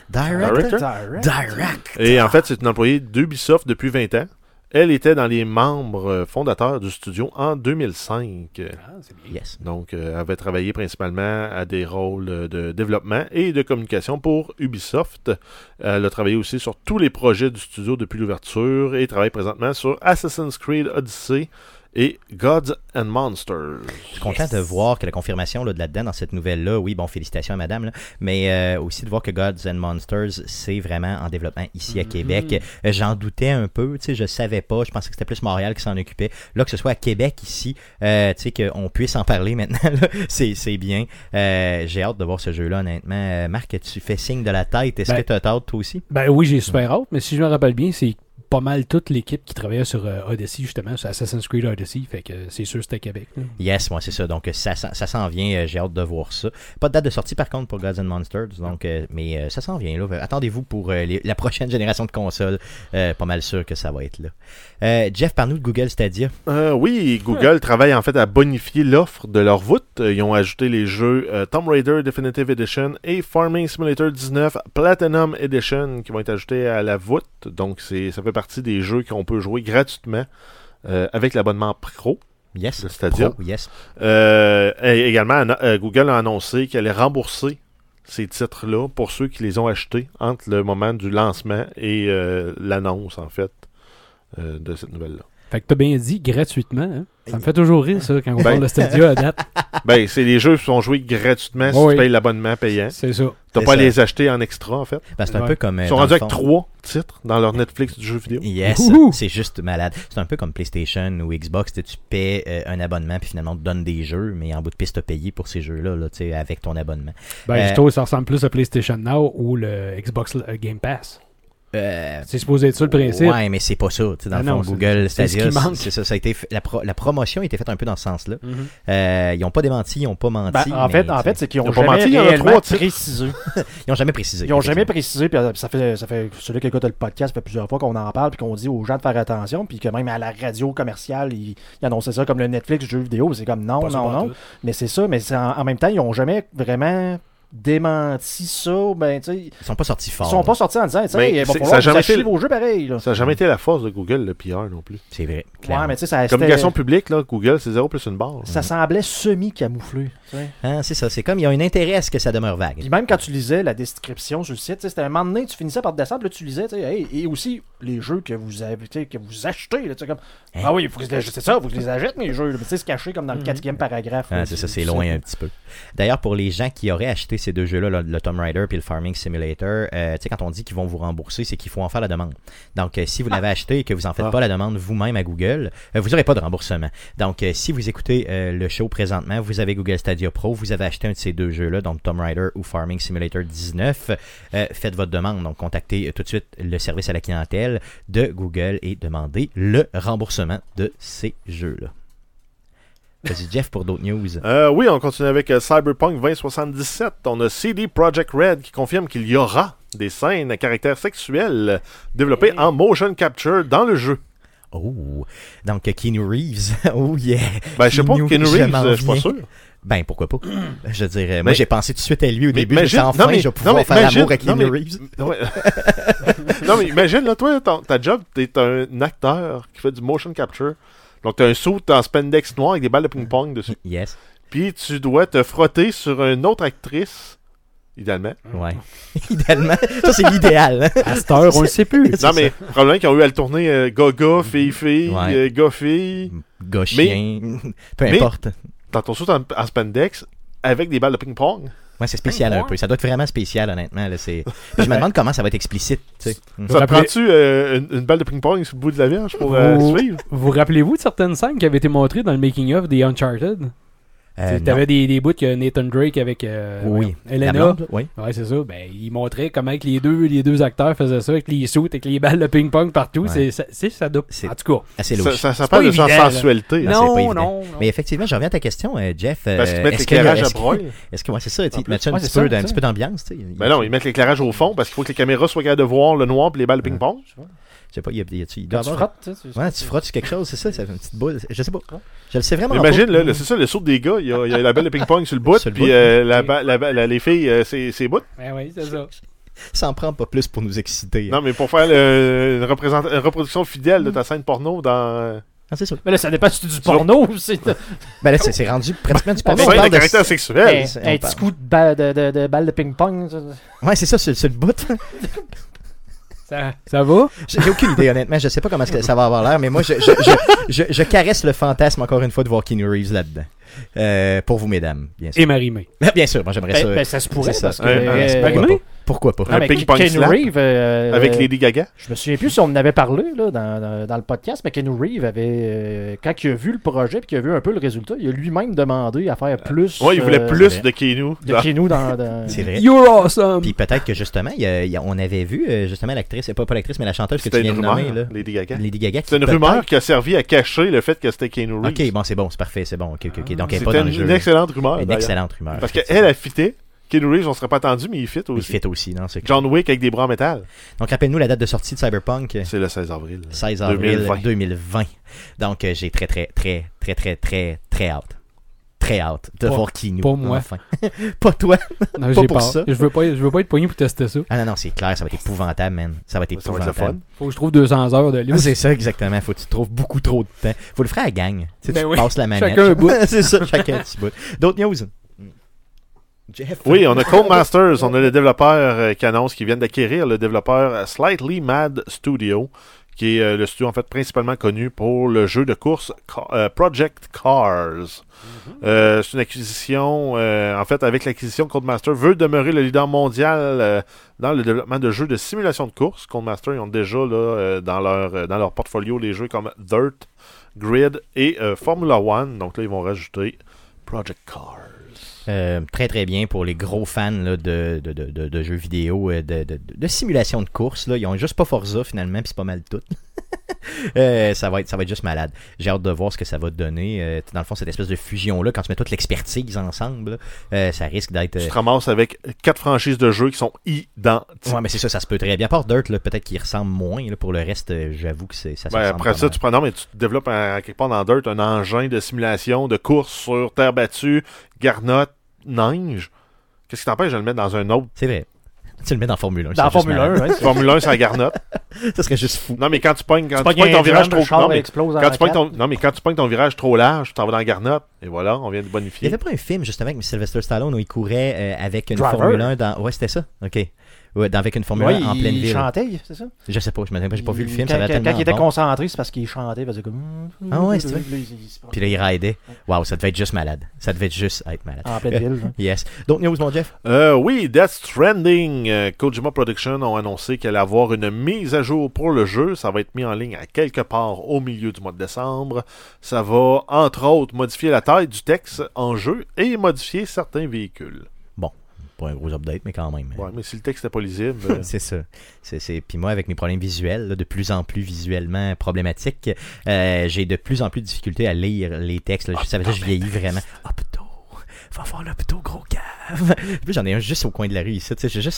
Et en fait, c'est une employée d'Ubisoft depuis 20 ans. Elle était dans les membres fondateurs du studio en 2005. C'est bien. Yes. Donc, elle avait travaillé principalement à des rôles de développement et de communication pour Ubisoft. Elle a travaillé aussi sur tous les projets du studio depuis l'ouverture et travaille présentement sur Assassin's Creed Odyssey et Gods and Monsters. Je suis content de voir que la confirmation là, de là-dedans, dans cette nouvelle-là, oui, bon, félicitations à madame, là, mais aussi de voir que Gods and Monsters, c'est vraiment en développement ici à Québec. J'en doutais un peu, tu sais, je savais pas, je pensais que c'était plus Montréal qui s'en occupait. Là, que ce soit à Québec ici, tu sais, qu'on puisse en parler maintenant, là, c'est bien. J'ai hâte de voir ce jeu-là, honnêtement. Marc, tu fais signe de la tête, est-ce que tu as hâte, toi aussi? Ben oui, j'ai super hâte, mais si je me rappelle bien, c'est pas mal toute l'équipe qui travaillait sur Odyssey, justement, sur Assassin's Creed Odyssey, fait que c'est sûr c'était Québec. Là. Yes, moi c'est ça, donc ça s'en vient, j'ai hâte de voir ça. Pas de date de sortie par contre pour Gods and Monsters, donc, mais ça s'en vient là. Attendez-vous pour la prochaine génération de consoles, pas mal sûr que ça va être là. Jeff, parle-nous de Google Stadia. Oui, Google travaille en fait à bonifier l'offre de leur voûte. Ils ont ajouté les jeux Tomb Raider Definitive Edition et Farming Simulator 19 Platinum Edition qui vont être ajoutés à la voûte, donc ça fait partie des jeux qu'on peut jouer gratuitement avec l'abonnement Pro. Yes. De Stadia. Pro, yes. Également, Google a annoncé qu'elle allait rembourser ces titres-là pour ceux qui les ont achetés entre le moment du lancement et l'annonce, en fait, de cette nouvelle-là. Fait que t'as bien dit gratuitement, hein? Ça me fait toujours rire, ça, quand on parle de Stadia à date. Ben, c'est les jeux qui sont joués gratuitement si tu payes l'abonnement payant. C'est ça. T'as pas à les acheter en extra, en fait. Ben, c'est un peu comme... Ils sont rendus avec 3 titres dans leur Netflix du jeu vidéo. Yes, c'est juste malade. C'est un peu comme PlayStation ou Xbox. Tu paies un abonnement puis finalement on te donne des jeux, mais en bout de piste, tu as payé pour ces jeux-là là, avec ton abonnement. Ben, je trouve que ça ressemble plus à PlayStation Now ou le Xbox Game Pass. C'est supposé être ça le principe. Ouais, mais c'est pas ça. Dans le fond, Google Stadia, c'est ça. Ça a été la promotion a été faite un peu dans ce sens-là. Ils n'ont pas démenti, ils n'ont pas menti. En fait, c'est qu'ils n'ont jamais menti, réellement précisé. Ils n'ont jamais précisé. Ils n'ont jamais précisé. Puis ça fait celui qui écoute le podcast, ça fait plusieurs fois qu'on en parle puis qu'on dit aux gens de faire attention. Puis que même à la radio commerciale, ils annonçaient ça comme le Netflix du jeu vidéo. C'est comme non. Mais c'est ça. Mais en même temps, ils n'ont jamais vraiment démenti ça, ben, tu sais... Ils sont pas sortis forts. Ils sont pas sortis en disant, tu sais, il va falloir vous acheter vos jeux pareils. Là. Ça n'a jamais été la force de Google, le PR non plus. C'est vrai. Ouais, mais tu sais, ça communication publique, là, Google, c'est 0 plus une barre. Ça semblait semi-camouflé. Ah, c'est ça. C'est comme, il y a un intérêt à ce que ça demeure vague. Puis même quand tu lisais la description sur le site, c'était un moment donné, tu finissais par descendre, là, tu lisais, tu sais, hey, et aussi les jeux que vous avez, que vous achetez, là, tu sais, comme, ah oui, il faut que c'est ça, il faut que je les achète, mes jeux. Mais tu sais, c'est caché comme dans le 4e paragraphe. Ah, là, c'est ça, c'est loin un petit peu. D'ailleurs, pour les gens qui auraient acheté ces deux jeux-là, le Tomb Raider puis le Farming Simulator, tu sais, quand on dit qu'ils vont vous rembourser, c'est qu'il faut en faire la demande. Donc, si vous l'avez acheté et que vous en faites pas la demande vous-même à Google, vous n'aurez pas de remboursement. Donc, si vous écoutez le show présentement, vous avez Google Stadia Pro, vous avez acheté un de ces deux jeux-là, donc Tomb Raider ou Farming Simulator 19, faites votre demande. Donc, contactez tout de suite le service à la clientèle de Google et demandez le remboursement de ces jeux-là. Vas-y, Jeff, pour d'autres news. Oui, on continue avec Cyberpunk 2077. On a CD Projekt Red qui confirme qu'il y aura des scènes à caractère sexuel développées en motion capture dans le jeu. Oh, donc Keanu Reeves. Oh yeah. Ben, je sais pas, Keanu Reeves, je suis pas sûr. Ben, pourquoi pas? Je dirais, moi, j'ai pensé tout de suite à lui au début. Imagine, enfin, je vais pouvoir faire l'amour avec Keanu Reeves. Non, mais imagine, là, toi, ta job, t'es un acteur qui fait du motion capture. Donc, t'as un suit en spandex noir avec des balles de ping-pong dessus. Yes. Puis, tu dois te frotter sur une autre actrice, idéalement. Ouais. Idéalement. Ça, c'est l'idéal. À cette heure, on le sait plus. Non, mais probablement qu'ils ont eu à le tourner gaga, fille-fille, ouais. gars-fille. Gars-chien. Peu importe. Dans ton suit en spandex, avec des balles de ping-pong. Ouais, c'est spécial un peu. Ça doit être vraiment spécial, honnêtement. Là, je me demande comment ça va être explicite. Tu sais. Ça prend-tu une balle de ping-pong sur le bout de la vierge pour suivre? Vous rappelez-vous de certaines scènes qui avaient été montrées dans le making-of des Uncharted? T'avais des bouts que Nathan Drake avec Elena. Oui. Ouais, c'est ça. Ben, il montrait comment que les deux acteurs faisaient ça avec les suits, avec les balles de ping-pong partout. Ouais. Ça doit... En tout cas, assez louche. Ça parle de sensualité. Non. Mais effectivement, je reviens à ta question, Jeff. Parce qu'ils mettent l'éclairage à broil. Est-ce que c'est ça? Ils mettent un petit peu d'ambiance. Ben non, ils mettent l'éclairage au fond parce qu'il faut que les caméras soient capables de voir le noir et les balles de ping-pong. Je sais pas, il doit tu avoir... frottes, ouais, tu frottes sur quelque chose, c'est ça, ça fait une petite boule. Je sais pas. Je le sais vraiment imagine, pas. Là, c'est ça, le saut des gars, il y a la balle de ping-pong sur le bout, puis les filles, c'est bout. Ben oui, c'est ça. Ça en prend pas plus pour nous exciter. Non, mais pour faire une reproduction fidèle de ta scène porno dans... Ah, c'est ça. Mais là, ça dépend si c'est du porno ou c'est... Ben là, c'est rendu pratiquement du porno. C'est un caractère sexuel. Un petit coup de balle de ping-pong. Ouais, c'est ça, sur le bout. Ça va? J'ai aucune idée, honnêtement. Je sais pas comment ça va avoir l'air, mais moi, je caresse le fantasme, encore une fois, de voir Keanu Reeves là-dedans. Pour vous, mesdames, bien sûr. Et Marie-Mé. Bien sûr, moi, j'aimerais ça. Ben, ça se pourrait, parce que... Marie-Mé? Pourquoi pas? Un ping-pong Keanu Reeves... avec Lady Gaga. Je me souviens plus si on en avait parlé là, dans le podcast, mais Keanu Reeves avait... quand il a vu le projet et qu'il a vu un peu le résultat, il a lui-même demandé à faire plus... Ouais, il voulait plus de Keanu. Keanu dans... C'est vrai. You're awesome! Puis peut-être que, justement, on avait vu, justement, l'actrice, pas l'actrice, mais la chanteuse que tu viens de nommer. Là. Lady Gaga. Lady Gaga. C'est une rumeur qui a servi à cacher le fait que c'était Keanu Reeves. Ok, bon, c'est parfait, c'est bon. Ok. Donc, elle est pas c'était dans le jeu. Une excellente rumeur. Une excellente rumeur. Parce qu'elle a fité. Keanu Reeves, on serait pas attendu, mais il fit aussi. Il fit aussi, non? C'est John Wick avec des bras en métal. Donc, rappelle-nous la date de sortie de Cyberpunk. C'est le 16 avril. 16 avril 2020. Donc, j'ai très hâte. Très hâte de voir Keanu. Pas moi. Enfin. Pas toi. Non, pas j'ai pour peur. ça. Je veux pas être poigné pour tester ça. Ah non, c'est clair, ça va être épouvantable, man. Ça va être Ça va épouvantable. être le fun. Faut que je trouve 200 heures de livre. C'est ça, exactement. Faut que tu trouves beaucoup trop de temps. Faut le faire à la gang. Tu passes la manette. Chacun un bout. C'est ça, chacun un petit bout. D'autres news? Jeff. Oui, on a Codemasters, on a le développeur qui annonce qu'ils viennent d'acquérir le développeur Slightly Mad Studio, qui est le studio en fait principalement connu pour le jeu de course Project Cars. C'est une acquisition, en fait avec l'acquisition, Codemasters veut demeurer le leader mondial dans le développement de jeux de simulation de course. Codemasters, ils ont déjà là, dans leur portfolio les jeux comme Dirt, Grid et Formula One, donc là ils vont rajouter Project Cars. Très bien pour les gros fans là, de jeux vidéo, de simulation de course. Là. Ils ont juste pas Forza finalement, puis c'est pas mal tout. Ça va être juste malade. J'ai hâte de voir ce que ça va donner. Dans le fond, cette espèce de fusion-là, quand tu mets toute l'expertise ensemble, ça risque d'être... Tu te ramasses avec 4 franchises de jeux qui sont identiques. Ouais, mais c'est ça, ça se peut très bien. À part Dirt, là, peut-être qu'il ressemble moins. Là, pour le reste, j'avoue que ça se ressemble après ça, tu développes quelque part dans Dirt un engin de simulation de course sur terre battue, garnotte, neige. Qu'est-ce qui t'empêche de le mettre dans un autre? C'est vrai. Tu le mets dans Formule 1. Dans Formule 1, ouais. Formule 1, c'est la garnotte. Ça serait juste fou. Non, mais quand tu pognes ton un virage drum, trop... le char explose en quand tu pognes quatre. non, mais quand tu pognes ton virage trop large, tu t'en vas dans la garnotte. Et voilà, on vient de Il n'y bonifier. avait pas un film, justement, avec Sylvester Stallone où il courait avec une Driver. Formule 1 dans... Ouais, c'était ça? OK. Ouais, avec une Formule 1 en pleine il ville. chantait, c'est ça? Je sais pas, j'ai pas vu le film, Quand, ça va quand tellement il était bon. concentré, c'est parce qu'il chantait, il faisait comme... Ah ouais, c'est vrai. Puis Puis là, il raidait. Waouh, ça devait être juste malade. Ça devait juste être malade. en pleine ville. Là. Yes. D'autres news, mon Jeff? Oui, Death Stranding. Kojima Productions ont annoncé qu'elle allait avoir une mise à jour pour le jeu. Ça va être mis en ligne à quelque part au milieu du mois de décembre. Ça va, entre autres, modifier la taille du texte en jeu et modifier certains véhicules. Pas un gros update, mais quand même. Ouais, mais si le texte n'est pas lisible... C'est ça. Puis moi, avec mes problèmes visuels, là, de plus en plus visuellement problématiques, j'ai de plus en plus de difficultés à lire les textes. Là. Je savais que je vieillis vraiment. Opto! Va voir l'opto, gros cave! Puis j'en ai un juste au coin de la rue ici.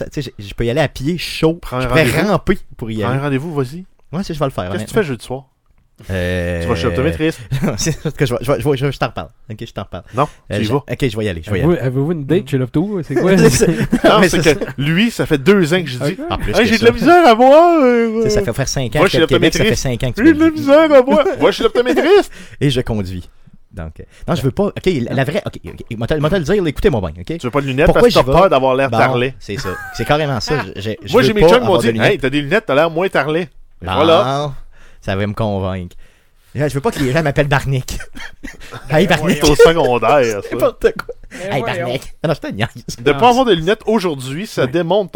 Je peux y aller à pied, chaud. Prends Je un pourrais rendez-vous. ramper pour y Prends un aller. rendez-vous, vas-y. Ouais, je vais le faire. Qu'est-ce que tu fais jeudi soir? Tu vas chez l'optométriste? C'est que je t'en reparle. Ok, je t'en reparle. Non, tu y vas. Ok, je vais y aller. Je vais y aller. Avez-vous une date chez l'opto? C'est quoi? Non, mais c'est c'est que lui, ça fait 2 ans que je dis En plus hey, que j'ai de ça. la misère à voir. Ça fait faire 5 ans Moi, que chez le Québec, ça fait l'optométriste. 5 ans que tu J'ai de la conduis. misère à voir. Va chez l'optométriste. Et je conduis. Donc, non, je veux pas. Ok, la vraie. Ok, moi te le dire, écoutez-moi bien, ok? Tu veux pas de lunettes Pourquoi parce que j'y t'as vais? peur d'avoir l'air Bon, tarlé. c'est ça. C'est carrément ça. Moi, veux j'ai mes pas chums qui m'ont avoir dit de lunettes. hey, t'as des lunettes, t'as l'air moins tarlé. Non, Voilà. ça va me convaincre. Je veux pas que les gens m'appellent Barnick. Hey, Barnick. C'est au secondaire, ça. N'importe quoi. Hey, Barnick. Non, je te niaise. De pas avoir de lunettes aujourd'hui, ça démontre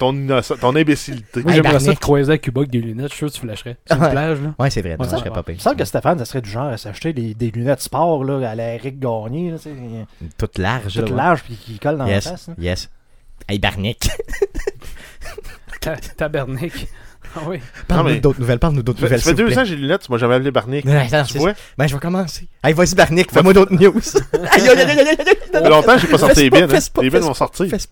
ton imbécilité. Moi, Hey, j'aimerais ça Barnick. te croiser à Cuba avec des lunettes. Je suis sûr que tu flasherais. Sur Ouais. une plage, là. Ouais, c'est vrai. Non, Ouais, je ça serais va. pas Il pire. me semble que Stéphane, ça serait du genre à s'acheter des lunettes sport là, à la Eric Gagné, là, tu sais, Toute large. toute là, ouais. large puis qui colle dans la Yes. face. Là. Yes. Hey, Barnick. Tabernick. Ah oui. Parle-nous mais- d'autres nouvelles. Parle-nous d'autres Ça nouvelles. fait s'il vous 2 plaît. ans que j'ai des lunettes, tu m'as jamais appelé Barnick. Non, attends, Tu vois? Ben, je vais commencer. Hey, vas-y, Barnick, fais-moi d'autres news. Aïe, aïe, aïe, aïe, aïe, aïe. Ça fait longtemps que j'ai pas sorti les bines. Fais pas, Les fais bines pas, vont sortir. Fais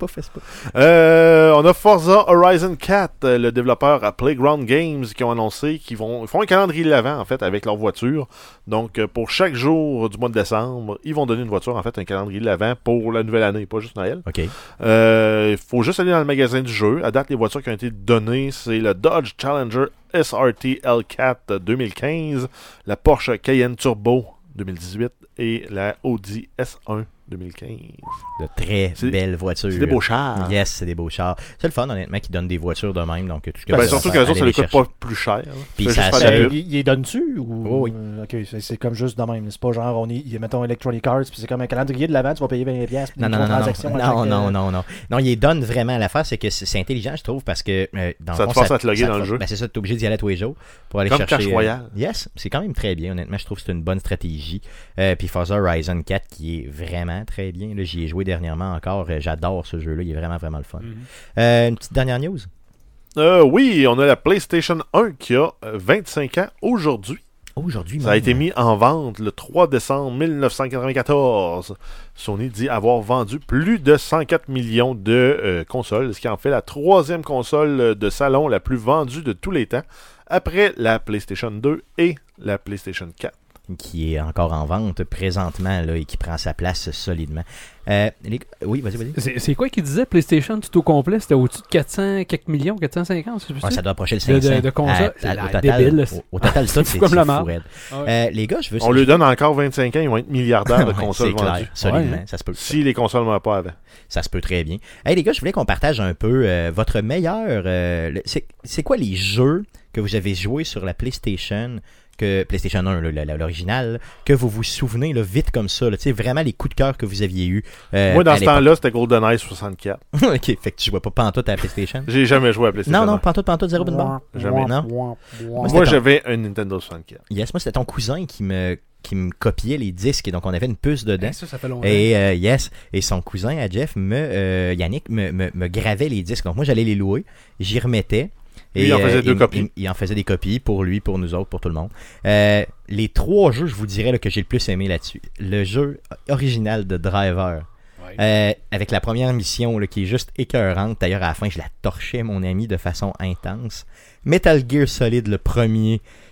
pas. On a Forza Horizon 4, le développeur à Playground Games, qui ont annoncé qu'ils font un calendrier de l'avant, en fait, avec leur voiture. Donc, pour chaque jour du mois de décembre, ils vont donner une voiture, en fait, un calendrier de l'avant pour la nouvelle année, pas juste Noël. OK. Il faut juste aller dans le magasin du jeu. À date, les voitures qui ont été données, c'est le Dodge Challenger SRT L4 2015, la Porsche Cayenne Turbo 2018 et la Audi S1 2015. De très C'est- belles voitures. C'est des beaux chars. Yes, c'est des beaux chars. C'est le fun, honnêtement, qu'ils donnent des voitures de même. Donc, tout ce que Ben, vous surtout avez que à les autres, ça aller ne coûte chercher. pas plus cher. là. Puis Fais ça juste faire se- la pub. Il les donne-tu ou... Oh oui. Ok, c'est comme juste de même. C'est pas genre, mettons Electronic Arts, puis c'est comme un calendrier de l'avant, tu vas payer 20$. puis Non, des non, non, transactions à chaque, non. Non, ils les donnent vraiment. L'affaire, c'est que c'est intelligent, je trouve, parce que dans Ça le te fond, force à te loguer dans le jeu. Ben, c'est ça, t'es obligé d'y aller tous les jours pour aller Comme chercher. Clash Royale. Yes, c'est quand même très bien, honnêtement. Je trouve que c'est une bonne stratégie. Puis Forza Horizon 4 qui est vraiment très bien. Là, j'y ai joué dernièrement encore. J'adore ce jeu-là. Il est vraiment, vraiment le fun. Une petite dernière news. Oui, on a la PlayStation 1 qui a 25 ans aujourd'hui. Aujourd'hui, Ça a été mis en vente le 3 décembre 1994. Sony dit avoir vendu plus de 104 millions de consoles, ce qui en fait la 3e console de salon la plus vendue de tous les temps, après la PlayStation 2 et la PlayStation 4. Qui est encore en vente présentement là, et qui prend sa place solidement. Oui, vas-y. C'est quoi qu'il disait PlayStation tout au complet? C'était au-dessus de 400 quelques millions, 450, c'est Ouais, ça doit approcher le 500. de consoles. C'est Au total, débile. au total, ça, c'est comme la fou, marde. raide. Ah Les gars, je veux... On lui donne encore 25 ans, ils vont être milliardaires de Ouais, consoles c'est clair, vendues. solidement, Ouais. ça se peut. Si les consoles ne meurent pas avant. Ça se peut très bien. Hey les gars, je voulais qu'on partage un peu votre meilleur... c'est quoi les jeux que vous avez joués sur la PlayStation 1, l'original, que vous vous souvenez là, vite comme ça, là, vraiment les coups de cœur que vous aviez eus. Moi, dans ce temps-là, c'était GoldenEye 64. OK, fait que tu jouais pas pantoute à la PlayStation. J'ai jamais joué à PlayStation. Non, 1. pantoute, zéro d'une barre. Jamais. Non? Moi, j'avais un Nintendo 64. Yes, moi, c'était ton cousin qui me copiait les disques, et donc on avait une puce dedans. Ben, ça fait longtemps. Et et son cousin à Jeff, Yannick, me gravait les disques. Donc moi, j'allais les louer, j'y remettais. Lui, il en faisait deux copies. Il en faisait des copies pour lui, pour nous autres, pour tout le monde. Les 3 jeux, je vous dirais, là, que j'ai le plus aimé là-dessus. Le jeu original de Driver. Avec la première mission là, qui est juste écœurante. D'ailleurs, à la fin, je la torchais, mon ami, de façon intense. Metal Gear Solid, le premier,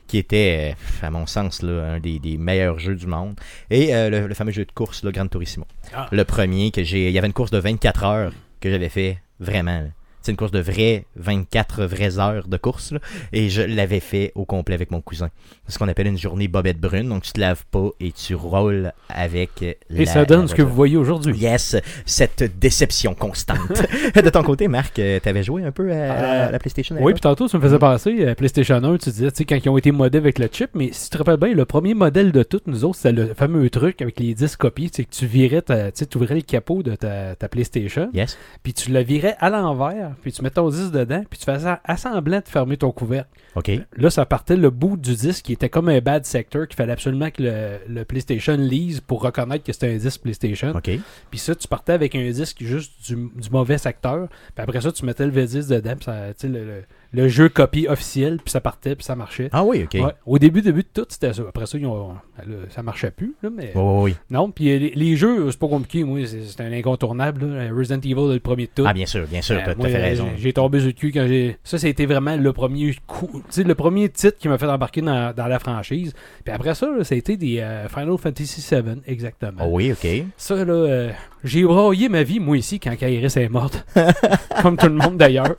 qui était, à mon sens, là, un des meilleurs jeux du monde. Et le fameux jeu de course, le Gran Turismo. Le premier, il y avait une course de 24 heures que j'avais fait vraiment. C'est une course de 24 vraies heures de course. Là, et je l'avais fait au complet avec mon cousin. C'est ce qu'on appelle une journée bobette brune. Donc, tu te laves pas et tu roules avec et ça donne ce que vous voyez aujourd'hui. Yes, cette déception constante. De ton côté, Marc, t'avais joué un peu à la PlayStation? Oui, puis tantôt, tu me faisais penser à PlayStation 1. Tu disais, tu sais, quand ils ont été modés avec le chip. Mais si tu te rappelles bien, le premier modèle de toutes nous autres, c'était le fameux truc avec les 10 copies. C'est que tu virais, tu ouvrais le capot de ta PlayStation. Yes. Puis tu la virais à l'envers. Puis tu mettais ton disque dedans, puis tu faisais assemblant de fermer ton couvercle. OK. Là, ça partait le bout du disque qui était comme un bad sector qu'il fallait absolument que le PlayStation lise pour reconnaître que c'était un disque PlayStation. OK. Puis ça, tu partais avec un disque juste du mauvais secteur. Puis après ça, tu mettais le V10 dedans, puis ça, le jeu copie officiel, puis ça partait, puis ça marchait. Ah oui, OK. Ouais. Au début de tout, c'était ça. Après ça, ça marchait plus. Là, mais Oui. non, puis les jeux, c'est pas compliqué. Moi, c'est un incontournable. Là. Resident Evil, le premier de tout. Ah, bien sûr, t'as fait raison. J'ai tombé sur le cul quand ça a été vraiment le premier coup, le premier titre qui m'a fait embarquer dans la franchise. Puis après ça, là, ça a été des Final Fantasy VII, exactement. Oh oui, OK. Ça, là, j'ai broyé ma vie, moi, ici, quand Kairis est morte. Comme tout le monde, d'ailleurs.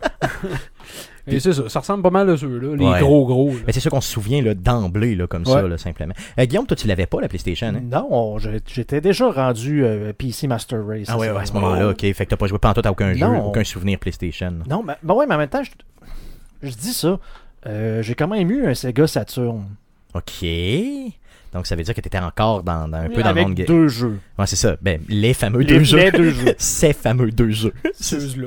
Et c'est ça, ça ressemble pas mal à ceux-là, les gros. Là. Mais c'est sûr qu'on se souvient là, d'emblée, là, comme ça, là, simplement. Guillaume, toi, tu l'avais pas, la PlayStation, hein? Non, j'étais déjà rendu PC Master Race. Ah ouais, à ce moment-là, OK. Fait que t'as pas joué pantoute à aucun jeu, aucun souvenir PlayStation. Non, mais en même temps, je dis ça, j'ai quand même eu un Sega Saturn. OK. Donc, ça veut dire que tu étais encore un peu dans le monde... Avec 2 jeux. Ouais, c'est ça. Ben, les fameux 2 jeux. Les 2 jeux. Ces fameux 2 jeux. Ceux-là.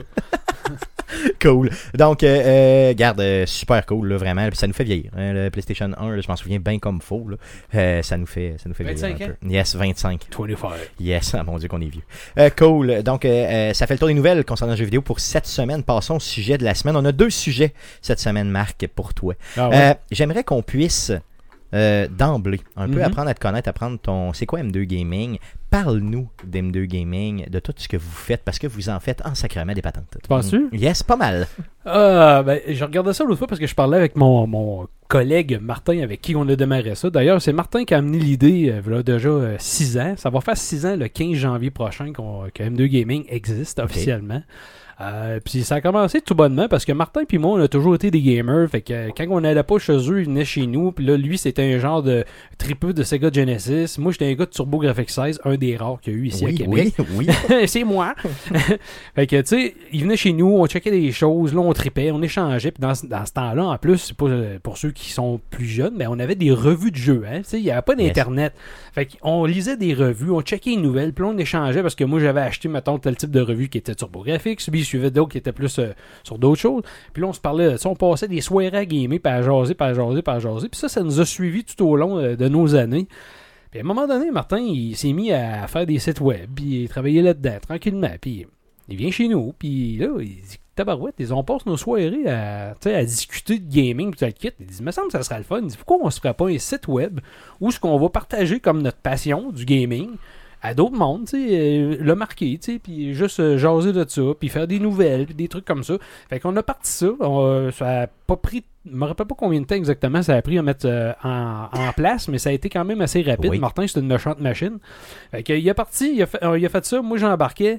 Cool. Donc, garde, super cool, là, vraiment. Puis ça nous fait vieillir. Hein, le PlayStation 1, là, je m'en souviens bien comme faux. Là. Ça nous fait 25 vieillir un peu. Yes, 25. 25. Yes, ah, mon Dieu qu'on est vieux. Cool. Donc, ça fait le tour des nouvelles concernant le jeu vidéo pour cette semaine. Passons au sujet de la semaine. On a 2 sujets cette semaine, Marc, pour toi. Ah ouais. J'aimerais qu'on puisse... d'emblée, un peu apprendre à te connaître, apprendre c'est quoi M2 Gaming. Parle-nous d'M2 Gaming, de tout ce que vous faites, parce que vous en faites en sacrément des patentes. Tu penses-tu? Yes, pas mal. Ben, je regardais ça l'autre fois parce que je parlais avec mon collègue Martin, avec qui on a démarré ça. D'ailleurs, c'est Martin qui a amené l'idée, il y a déjà 6 ans. Ça va faire 6 ans le 15 janvier prochain que M2 Gaming existe officiellement. Puis ça a commencé tout bonnement parce que Martin puis moi on a toujours été des gamers, fait que quand on n'allait pas chez eux, ils venaient chez nous, puis là lui c'était un genre de tripeux de Sega Genesis, moi j'étais un gars de TurboGrafx 16, un des rares qu'il y a eu ici à Québec. Oui. C'est moi. Fait que tu sais, ils venaient chez nous, on checkait des choses, là on tripait, on échangeait, puis dans ce temps-là en plus, c'est pas pour ceux qui sont plus jeunes, mais on avait des revues de jeux, hein, tu sais, il y avait pas d'internet. Fait qu'on lisait des revues, on checkait les nouvelles, puis là on échangeait parce que moi j'avais acheté mettons tel type de revue qui était TurboGrafx, lui il suivait d'autres qui étaient plus sur d'autres choses. Puis là, on se parlait, on passait des soirées à gamer, puis à jaser. Puis ça nous a suivis tout au long de nos années. Puis à un moment donné, Martin, il s'est mis à faire des sites web, puis il travaillait là-dedans, tranquillement. Puis il vient chez nous, puis là, il dit, tabarouette, on passe nos soirées à discuter de gaming, puis tout le kit. Il dit, il me semble que ça serait le fun. Il dit, pourquoi on se ferait pas un site web où ce qu'on va partager comme notre passion du gaming à d'autres mondes, le marquer, puis juste jaser de ça, puis faire des nouvelles, puis des trucs comme ça. Fait qu'on a parti ça. Ça a pas pris, je me rappelle pas combien de temps exactement ça a pris à mettre en place, mais ça a été quand même assez rapide. Oui. Martin, c'est une méchante machine. Fait qu'il est parti, il a fait ça. Moi, j'ai embarqué.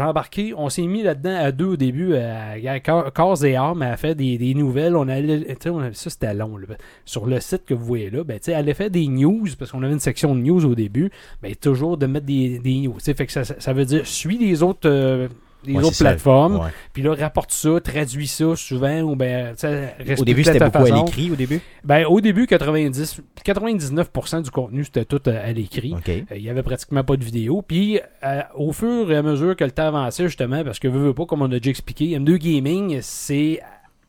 On s'est mis là-dedans à 2 au début, à corps et âme, à faire des nouvelles. Ça, c'était long. Là. Sur le site que vous voyez là, elle allait faire des news, parce qu'on avait une section de news au début, toujours de mettre des news. Fait que ça veut dire, suis les autres... autres plateformes, puis là, rapporte ça, traduit ça souvent, ou au début, c'était beaucoup à l'écrit, au début? Au début, 99% du contenu, c'était tout à l'écrit. Okay. Il n'y avait pratiquement pas de vidéo. Puis, au fur et à mesure que le temps avançait, justement, parce que veux pas, comme on a déjà expliqué, M2 Gaming, c'est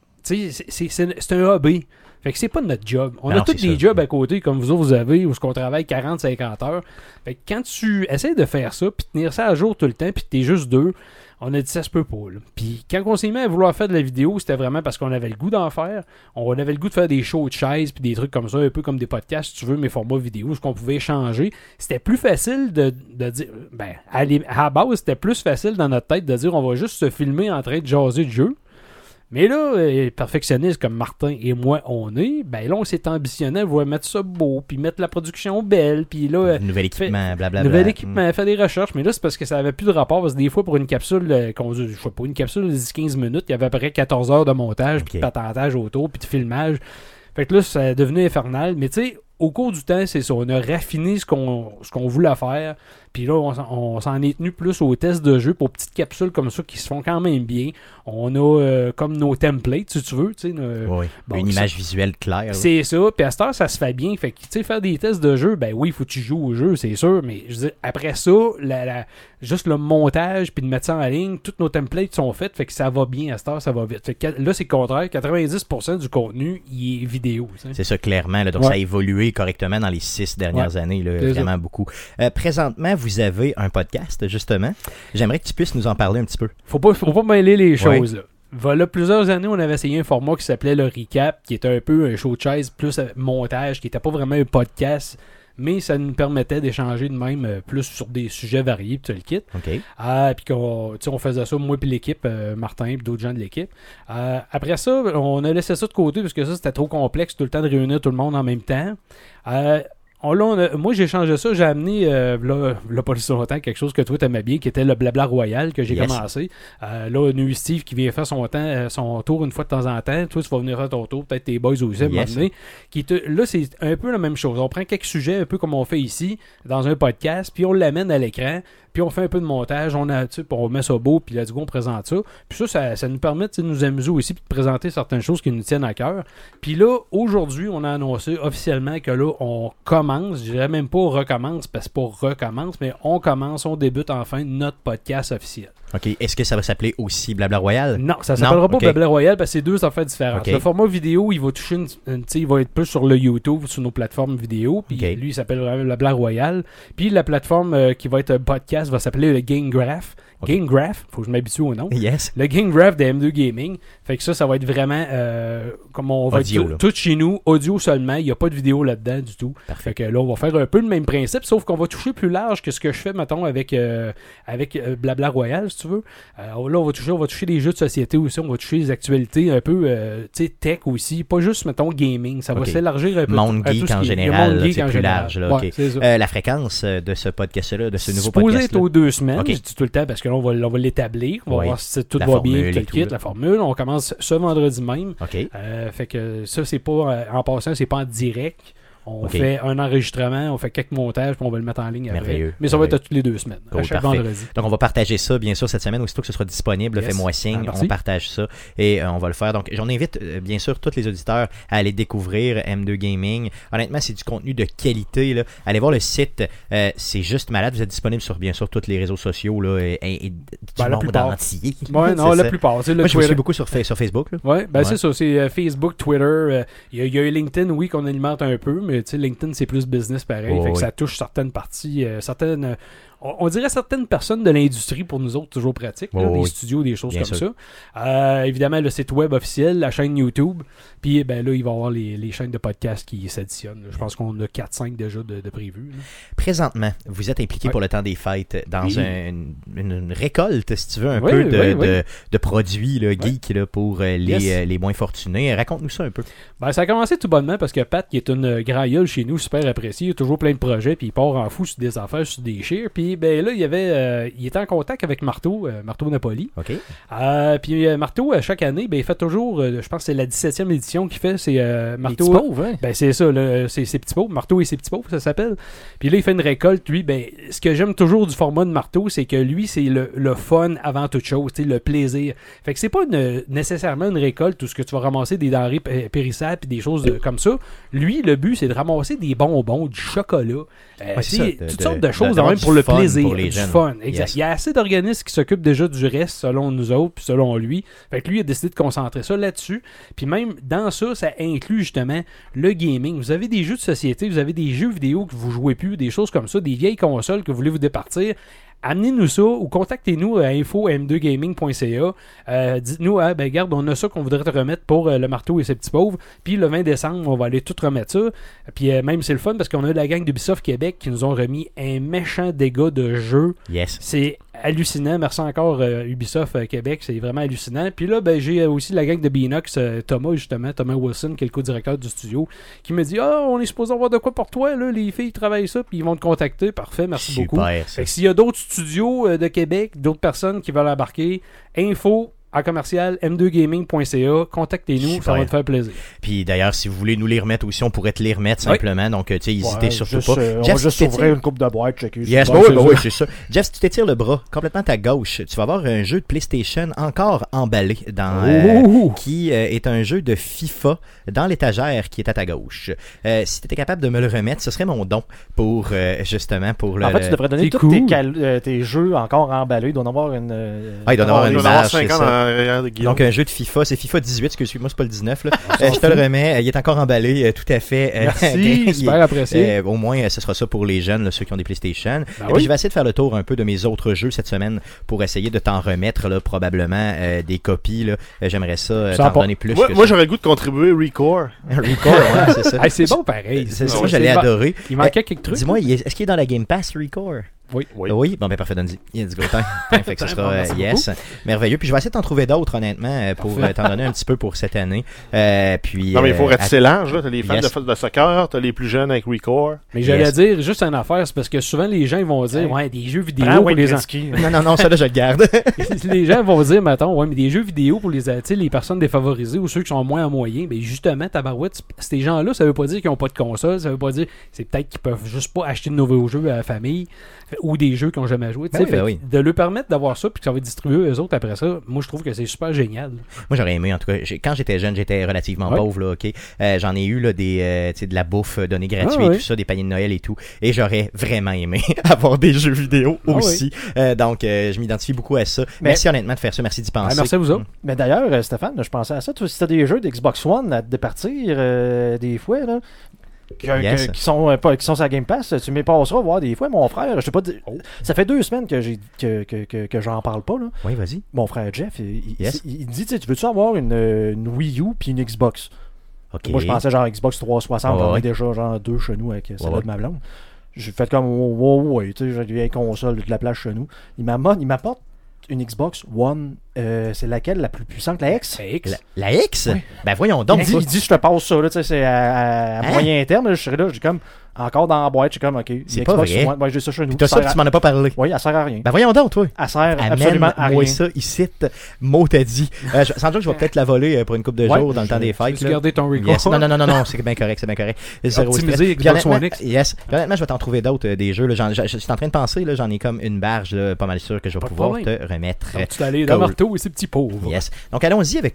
un hobby. Fait que c'est pas notre job. On a tous des jobs à côté, comme vous autres, vous avez, où on travaille 40-50 heures. Fait que quand tu essaies de faire ça, puis tenir ça à jour tout le temps, puis t'es juste 2, on a dit ça se peut pas. Là. Puis quand on s'est mis à vouloir faire de la vidéo, c'était vraiment parce qu'on avait le goût d'en faire. On avait le goût de faire des shows de chaises, puis des trucs comme ça, un peu comme des podcasts, si tu veux, mais formats vidéo, ce qu'on pouvait échanger. C'était plus facile de dire... à la base, c'était plus facile dans notre tête de dire on va juste se filmer en train de jaser de jeu. Mais là, perfectionniste comme Martin et moi, on est, ben là, on s'est ambitionné à vouloir mettre ça beau, puis mettre la production belle, puis là... Nouvel équipement, blablabla. Nouvel équipement, faire des recherches, mais là, c'est parce que ça avait plus de rapport, parce que des fois, pour une capsule, je sais pas, une capsule de 10-15 minutes, il y avait à peu près 14 heures de montage, puis de patentage autour, puis de filmage. Fait que là, ça est devenu infernal, mais tu sais, au cours du temps, c'est ça, on a raffiné ce qu'on voulait faire. Puis là, on s'en est tenu plus aux tests de jeu pour petites capsules comme ça qui se font quand même bien. On a comme nos templates, si tu veux. Oui, une image visuelle claire. C'est ça. Puis à cette heure, ça se fait bien. Fait que, tu sais, faire des tests de jeu, ben oui, il faut que tu joues au jeu, c'est sûr. Mais je veux dire, après ça, juste le montage puis de mettre ça en ligne, tous nos templates sont faits. Fait que ça va bien. À cette heure, ça va vite. Fait que là, c'est le contraire. 90% du contenu, il est vidéo. T'sais. C'est ça, clairement. Là, donc, ça a évolué correctement dans les 6 dernières années. Là, vraiment beaucoup. Présentement, vous avez un podcast, justement. J'aimerais que tu puisses nous en parler un petit peu. Faut pas mêler les choses, là. Voilà, plusieurs années, on avait essayé un format qui s'appelait le Recap, qui était un peu un show de chaise plus montage, qui n'était pas vraiment un podcast, mais ça nous permettait d'échanger de même plus sur des sujets variés, puis tu le quittes. Puis on faisait ça, moi puis l'équipe, Martin puis d'autres gens de l'équipe. Après ça, on a laissé ça de côté parce que ça, c'était trop complexe, tout le temps de réunir tout le monde en même temps. Moi, j'ai changé ça. J'ai amené, là, pas si longtemps, quelque chose que toi, t'aimais bien, qui était le Blabla Royal que j'ai commencé. Là, on a eu Steve qui vient faire son tour une fois de temps en temps. Toi, tu vas venir faire ton tour. Peut-être tes boys aussi, là, c'est un peu la même chose. On prend quelques sujets, un peu comme on fait ici, dans un podcast, puis on l'amène à l'écran. Puis on fait un peu de montage, on met ça beau, puis là, du coup, on présente ça. Puis ça nous permet de nous amuser aussi, puis de présenter certaines choses qui nous tiennent à cœur. Puis là, aujourd'hui, on a annoncé officiellement que là, on commence, je dirais même pas on recommence, parce que c'est pas recommence, mais on débute enfin notre podcast officiel. OK. Est-ce que ça va s'appeler aussi Blabla Royal? Non, ça s'appellera pas Blabla Royal parce que c'est deux affaires différentes. Le format vidéo, il va toucher il va être plus sur le YouTube, sur nos plateformes vidéo. Puis lui, il s'appelle vraiment Blabla Royal. Puis la plateforme qui va être un podcast va s'appeler le Game Graph. Game Graph, faut que je m'habitue au nom. Le Game Graph de M2 Gaming. Fait que ça va être vraiment comme on va audio, être tout chez nous, audio seulement. Il n'y a pas de vidéo là-dedans du tout. Fait que là, on va faire un peu le même principe, sauf qu'on va toucher plus large que ce que je fais, mettons, avec Blabla Royal, si tu veux. Là, on va toucher les jeux de société aussi, on va toucher les actualités un peu tech aussi, pas juste, mettons, gaming. Ça va s'élargir un peu. Monde geek en général, c'est plus large. Là, la fréquence de ce podcast-là, de ce nouveau podcast. C'est supposé être aux 2 semaines, je dis tout le temps, parce que là, on va l'établir. On va voir si tout va bien, la formule. On commence ce vendredi même. Fait que ça, c'est pas en passant, c'est pas en direct. On fait un enregistrement, on fait quelques montages, puis on va le mettre en ligne après. Mais ça va être toutes les 2 semaines, à chaque vendredi. Donc, on va partager ça, bien sûr, cette semaine. Aussitôt que ce sera disponible, fais-moi signe, on partage ça et on va le faire. Donc, j'en invite, bien sûr, tous les auditeurs à aller découvrir M2 Gaming. Honnêtement, c'est du contenu de qualité. Là. Allez voir le site, c'est juste malade. Vous êtes disponible sur, bien sûr, tous les réseaux sociaux là, et du monde entier. Oui, non, la plupart. Moi, je me suis beaucoup sur Facebook. Oui, c'est ça. C'est Facebook, Twitter. Il y a LinkedIn, oui, qu'on alimente un peu, mais LinkedIn, c'est plus business pareil. Fait que ça touche certaines parties, on dirait certaines personnes de l'industrie pour nous autres, toujours pratiques, des studios, des choses comme ça. Évidemment, le site web officiel, la chaîne YouTube, puis là, il va y avoir les chaînes de podcasts qui s'additionnent. Je pense qu'on a 4-5 déjà de prévus. Présentement, vous êtes impliqué pour le temps des fêtes dans une récolte, si tu veux, un peu de produits geeks pour les moins fortunés. Raconte-nous ça un peu. Ça a commencé tout bonnement parce que Pat, qui est une grand gueule chez nous, super apprécié, il a toujours plein de projets, puis il part en fou sur des affaires, sur des chires, puis là, il était en contact avec Marteau Napoli. Puis Marteau, chaque année, il fait toujours, je pense que c'est la 17e édition qu'il fait, c'est Marteau. Les petits pauvres, hein? C'est ça, c'est ses petits pauvres, Marteau et ses petits pauvres, ça s'appelle. Puis là, il fait une récolte, lui, ce que j'aime toujours du format de Marteau, c'est que lui, c'est le fun avant toute chose, le plaisir. Fait que c'est pas nécessairement une récolte où ce que tu vas ramasser des denrées périssables et des choses comme ça. Lui, le but, c'est de ramasser des bonbons, du chocolat, toutes sortes de choses même pour le plaisir, pour les jeunes. Fun. Exact. Il y a assez d'organismes qui s'occupent déjà du reste selon nous autres, puis selon lui. Fait que lui, il a décidé de concentrer ça là-dessus. Puis même dans ça, ça inclut justement le gaming. Vous avez des jeux de société, vous avez des jeux vidéo que vous jouez plus, des choses comme ça, des vieilles consoles que vous voulez vous départir. Amenez-nous ça ou contactez-nous à info.m2gaming.ca. Dites-nous, regarde, on a ça qu'on voudrait te remettre pour le marteau et ses petits pauvres. Puis le 20 décembre, on va aller tout remettre ça. Puis même, c'est le fun parce qu'on a la gang d'Ubisoft Québec qui nous ont remis un méchant dégât de jeu. Yes. C'est hallucinant. Merci encore Ubisoft Québec, c'est vraiment hallucinant. Puis là, ben, j'ai aussi la gang de Beanox, Thomas Wilson, qui est le co-directeur du studio, qui me dit « Ah, on est supposé avoir de quoi pour toi, là, les filles travaillent ça, puis ils vont te contacter. » Parfait, merci Super, beaucoup. ça. Fait que s'il y a d'autres studios de Québec, d'autres personnes qui veulent embarquer, info en commercial m2gaming.ca, contactez-nous, Super. ça va te faire plaisir. Puis d'ailleurs, si vous voulez nous les remettre aussi, on pourrait te les remettre simplement. Donc, tu sais, n'hésitez surtout juste, pas. on Jeff, va juste tu t'étires- ouvrir une coupe de boîte, checker. Yes, c'est bah bon, oui, c'est bah ça. oui, c'est ça. Jeff, si tu t'étires le bras complètement à ta gauche, tu vas avoir un jeu de PlayStation encore emballé qui est un jeu de FIFA dans l'étagère qui est à ta gauche. Si tu étais capable de me le remettre, ce serait mon don pour justement pour le. En fait, tu devrais donner C'est tous cool. tes jeux encore emballés. Il doit en avoir une. Ah, il doit en avoir Il une doit en avoir image, 5 c'est ans ça. dans l'arrière de Guillaume. Donc un jeu de FIFA, c'est FIFA 18, excuse-moi, c'est pas le 19 là. Je te le remets, il est encore emballé, tout à fait. Merci, super apprécié. Au moins, ce sera ça pour les jeunes, là, ceux qui ont des PlayStation. Et puis, oui. je vais essayer de faire le tour un peu de mes autres jeux cette semaine pour essayer de t'en remettre là, probablement des copies. Là. J'aimerais ça Ça t'en va. donner plus. Moi, que moi ça. j'aurais le goût de contribuer Recore. Record, ouais, c'est ça. Hey, c'est bon pareil. Moi, je l'ai adoré. Il manquait quelques trucs. Dis-moi, est-ce qu'il est dans la Game Pass, Record? Oui. Oui, bon ben parfait, donne-y. Il y a du gros temps. Fait que ce sera Merci yes, merveilleux. Puis je vais essayer de t'en trouver d'autres honnêtement pour t'en donner un petit peu pour cette année. Puis Non, mais il faut ratisser large. Là. T'as les fans yes. de soccer, t'as les plus jeunes avec Recore. Mais j'allais Yes. dire juste une affaire, c'est parce que souvent les gens ils vont dire ouais, des jeux vidéo Prends pour Wayne les Gretzky. Non, ça là je le garde. les gens vont dire mettons ouais, mais des jeux vidéo pour les tu sais, les personnes défavorisées ou ceux qui sont moins en moyen, mais justement tabarouette, ces gens-là, ça veut pas dire qu'ils ont pas de console, ça veut pas dire c'est peut-être qu'ils peuvent juste pas acheter de nouveaux jeux à la famille ou des jeux qu'ils ont jamais joué, tu sais, Ben oui, fait ben oui. de leur permettre d'avoir ça puis que ça va être distribué eux autres après ça. Moi je trouve que c'est super génial. Moi, j'aurais aimé, en tout cas, quand j'étais jeune, j'étais relativement Ouais. pauvre, là, ok. J'en ai eu, là, tu sais, de la bouffe donnée gratuite, Ah ouais. tout ça, des paniers de Noël et tout. Et j'aurais vraiment aimé avoir des jeux vidéo Ah aussi. Donc, je m'identifie beaucoup à ça. Mais- Merci honnêtement de faire ça. Merci d'y penser. merci à vous autres. Mais d'ailleurs, Stéphane, je pensais à ça. Si tu as des jeux d'Xbox One à te départir des fois, là, Yes. qui sont sur la Game Pass, tu m'y passeras voir des fois. Mon frère, je sais pas, ça fait 2 semaines que j'en parle pas. Là. Oui, vas-y. Mon frère Jeff, il Yes. dit, tu sais, tu veux-tu avoir une Wii U puis une Xbox? Ok. Moi, je pensais genre Xbox 360, j'en ai ouais. déjà genre 2 chez nous avec celle-là Ouais. de ma blonde. J'ai fait comme, ouais, tu sais, j'ai une vieille console, de la place chez nous. Il m'apporte une Xbox One, c'est laquelle la plus puissante, la X? La X? Oui. Ben, voyons donc. Il dit, je te passe ça, là, tu sais, c'est à Hein? moyen terme, là, je serais là, j'ai comme, encore dans la boîte, j'ai comme, ok, C'est une pas Xbox vrai. One, ouais, j'ai ça chez nous. Puis t'as ça, puis tu m'en as pas parlé. Oui, elle sert à rien. Ben, voyons donc, toi. Elle sert absolument à rien. Amène-moi ça ici, mot t'as dit. Sans doute, je vais peut-être la voler pour une couple de Ouais, jours dans le temps des Tu fêtes. veux là. garder ton record. Yes. Non, c'est bien correct, c'est bien correct. Zéro Optimiser stress. Puis Xbox honnêtement, One X. Yes. Puis honnêtement, je vais t'en trouver d'autres des jeux. Là. Je suis en train de penser, là, j'en ai comme une barge, là, pas mal sûr que je vais Pas de pouvoir problème. te remettre. Donc, tu es allé Cool. dans Marteau et ses petits pauvres. Yes. Donc allons-y avec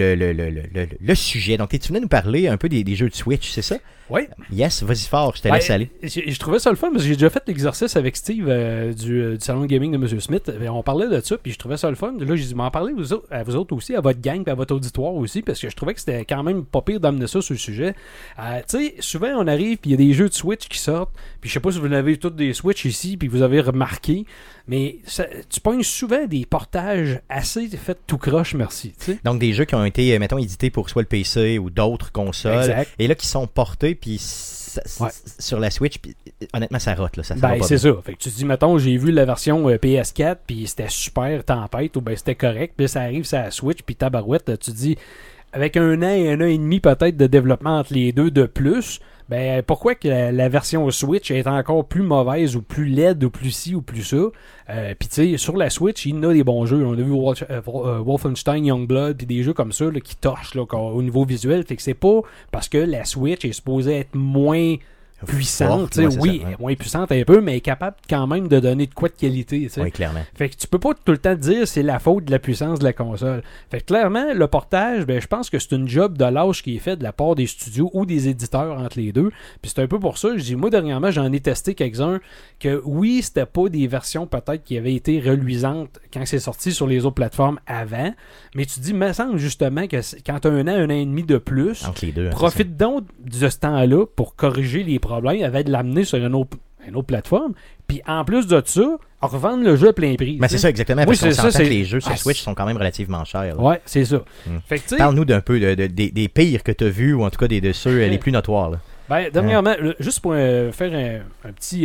le sujet. Donc tu venais nous parler un peu des jeux de Switch, c'est ça? Oui. Yes, vas-y fort, je te laisse aller. Je trouvais ça le fun parce que j'ai déjà fait l'exercice avec Steve du salon de gaming de M. Smith. On parlait de ça, puis je trouvais ça le fun. Là, j'ai dit m'en parler à vous autres aussi, à votre gang, puis à votre auditoire aussi, parce que je trouvais que c'était quand même pas pire d'amener ça sur le sujet. Tu sais, souvent on arrive, puis il y a des jeux de Switch qui sortent, puis je sais pas si vous avez tous des Switch ici, puis vous avez remarqué, mais tu pognes souvent des portages assez faits tout croche, merci. Tu sais. Donc des jeux qui ont été, mettons, édités pour soit le PC ou d'autres consoles, Exact. et là qui sont portés, puis Ouais. sur la Switch, puis honnêtement ça rote, là, ça va Ben, pas c'est bien. ça. Fait que tu te dis, mettons, j'ai vu la version PS4, puis c'était super tempête, ou ben c'était correct, puis là, ça arrive sur la Switch, puis tabarouette, tu te dis, avec 1 an et 1 an et demi peut-être de développement entre les deux de plus, ben pourquoi que la version Switch est encore plus mauvaise, ou plus laide, ou plus ci, ou plus ça. Puis tu sais, sur la Switch, il y en a des bons jeux. On a vu Wolfenstein Youngblood, puis des jeux comme ça là, qui torchent là, au niveau visuel. Fait que c'est pas parce que la Switch est supposée être moins puissante, tu sais, Ouais, c'est oui, ça, ouais. elle est moins puissante un peu, mais elle est capable quand même de donner de quoi de qualité, tu sais. Oui, clairement. Fait que tu peux pas tout le temps te dire c'est la faute de la puissance de la console. Fait que clairement, le portage, ben je pense que c'est une job de lâche qui est fait de la part des studios ou des éditeurs entre les deux. Puis c'est un peu pour ça, je dis, moi dernièrement, j'en ai testé quelques-uns que oui, c'était pas des versions peut-être qui avaient été reluisantes quand c'est sorti sur les autres plateformes avant, mais tu te dis, me semble justement que quand tu as 1 an et demi de plus, Entre les deux. hein, profite donc de ce temps-là pour corriger les problèmes avec de l'amener sur une autre plateforme. Puis en plus de ça, revendre le jeu à plein prix. Mais c'est ça exactement, parce Oui, qu'on c'est ça, s'entend que c'est- les jeux sur Ah, Switch sont quand même relativement chers. là. Ouais, c'est ça. Mm. Fait que tu sais, Parle-nous d'un peu des pires que tu as vus, ou en tout cas de ceux les plus notoires. Là. ben, dernièrement, juste pour faire un petit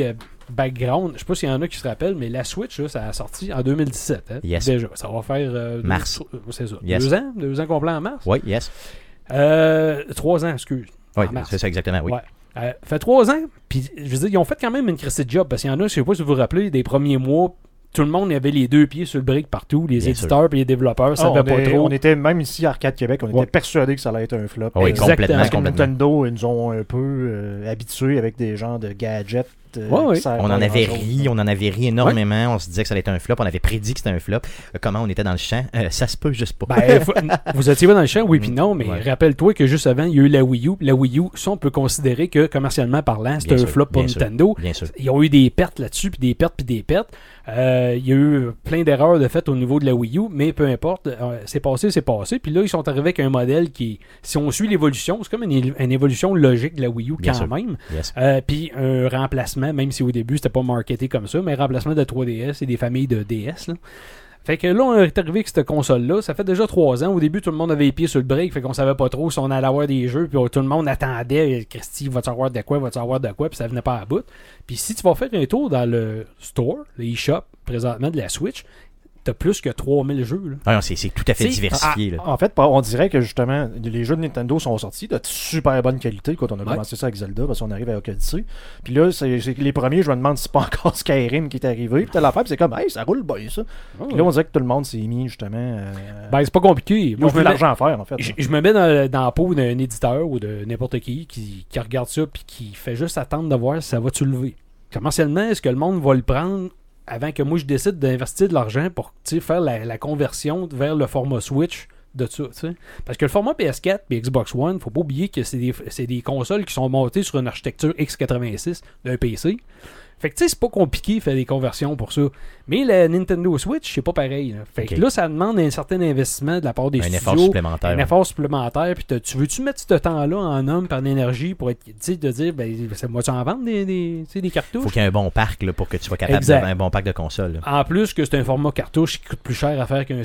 background, je sais pas s'il y en a qui se rappellent, mais la Switch, là, ça a sorti en 2017. Hein, Yes. déjà. Ça va faire... Mars. C'est ça. Yes. 2 ans complets en mars. Oui, yes. 3 ans, excuse. Oui, En mars. c'est ça exactement, oui. Ouais. Fait 3 ans, puis je veux dire, ils ont fait quand même une crise de job, parce qu'il y en a, je sais pas si vous vous rappelez, des premiers mois, tout le monde avait les 2 pieds sur le break partout, les Bien éditeurs et les développeurs savaient pas trop. On était, même ici à Arcade Québec, on était persuadés que ça allait être un flop. Oui, Exactement. complètement. Parce que Nintendo, ils nous ont un peu habitués avec des genres de gadgets. Ouais. qui servent On en à avait grand-chose. ri, on en avait ri énormément. On se disait que ça allait être un flop. On avait prédit que c'était un flop. Comment on était dans le champ? Ça se peut juste pas. Ben, vous étiez pas dans le champ, oui puis non, mais Ouais. rappelle-toi que juste avant, il y a eu la Wii U. La Wii U, ça, on peut considérer que commercialement parlant, c'est Bien un sûr, flop pour bien sûr. Nintendo. Bien sûr. Ils ont eu des pertes là-dessus, puis des pertes, puis des pertes. Il y a eu plein d'erreurs de fait au niveau de la Wii U, mais peu importe, c'est passé. Puis là, ils sont arrivés avec un modèle qui, si on suit l'évolution, c'est comme une évolution logique de la Wii U Bien quand sûr. même. Yes. Puis un remplacement, même si au début, c'était pas marketé comme ça, mais un remplacement de 3DS et des familles de DS. Là. Fait que là, on est arrivé avec cette console-là. Ça fait déjà 3 ans. Au début, tout le monde avait les pieds sur le break. Fait qu'on savait pas trop si on allait avoir des jeux. Puis tout le monde attendait. Christy, va-tu avoir de quoi? Va-tu avoir de quoi? Puis ça venait pas à bout. Puis si tu vas faire un tour dans le store, le eShop, présentement de la Switch, t'as plus que 3000 jeux. Là. Ah non, c'est tout à fait C'est- diversifié. là. En fait, on dirait que justement, les jeux de Nintendo sont sortis de super bonne qualité quand on a Ouais. commencé ça avec Zelda, parce qu'on arrive avec Odyssey. Puis là, c'est les premiers, je me demande si c'est pas encore Skyrim qui est arrivé. Puis t'as l'affaire, puis c'est comme, hey, ça roule bien ça. Puis là, on dirait que tout le monde s'est mis justement. Ben, c'est pas compliqué. ils Moi, ont fait l'argent à faire, en fait. Je me mets dans la peau d'un éditeur ou de n'importe qui regarde ça puis qui fait juste attendre de voir si ça va-tu lever. Commercialement, est-ce que le monde va le prendre avant que moi je décide d'investir de l'argent pour faire la conversion vers le format Switch de ça, tu sais? Parce que le format PS4 et Xbox One, faut pas oublier que c'est des consoles qui sont montées sur une architecture x86 d'un PC. Fait que tu sais, c'est pas compliqué de faire des conversions pour ça. Mais la Nintendo Switch, c'est pas pareil. Là. Fait que Ok. là, ça demande un certain investissement de la part des Un studios. effort supplémentaire. Un effort supplémentaire. Puis tu veux-tu mettre ce temps-là en homme, par l'énergie, pour être, tu sais, de dire, ben, c'est moi, tu en vendre des cartouches? Faut qu'il y ait un bon parc là, pour que tu sois capable Exact. d'avoir un bon parc de consoles. là. En plus que c'est un format cartouche qui coûte plus cher à faire qu'un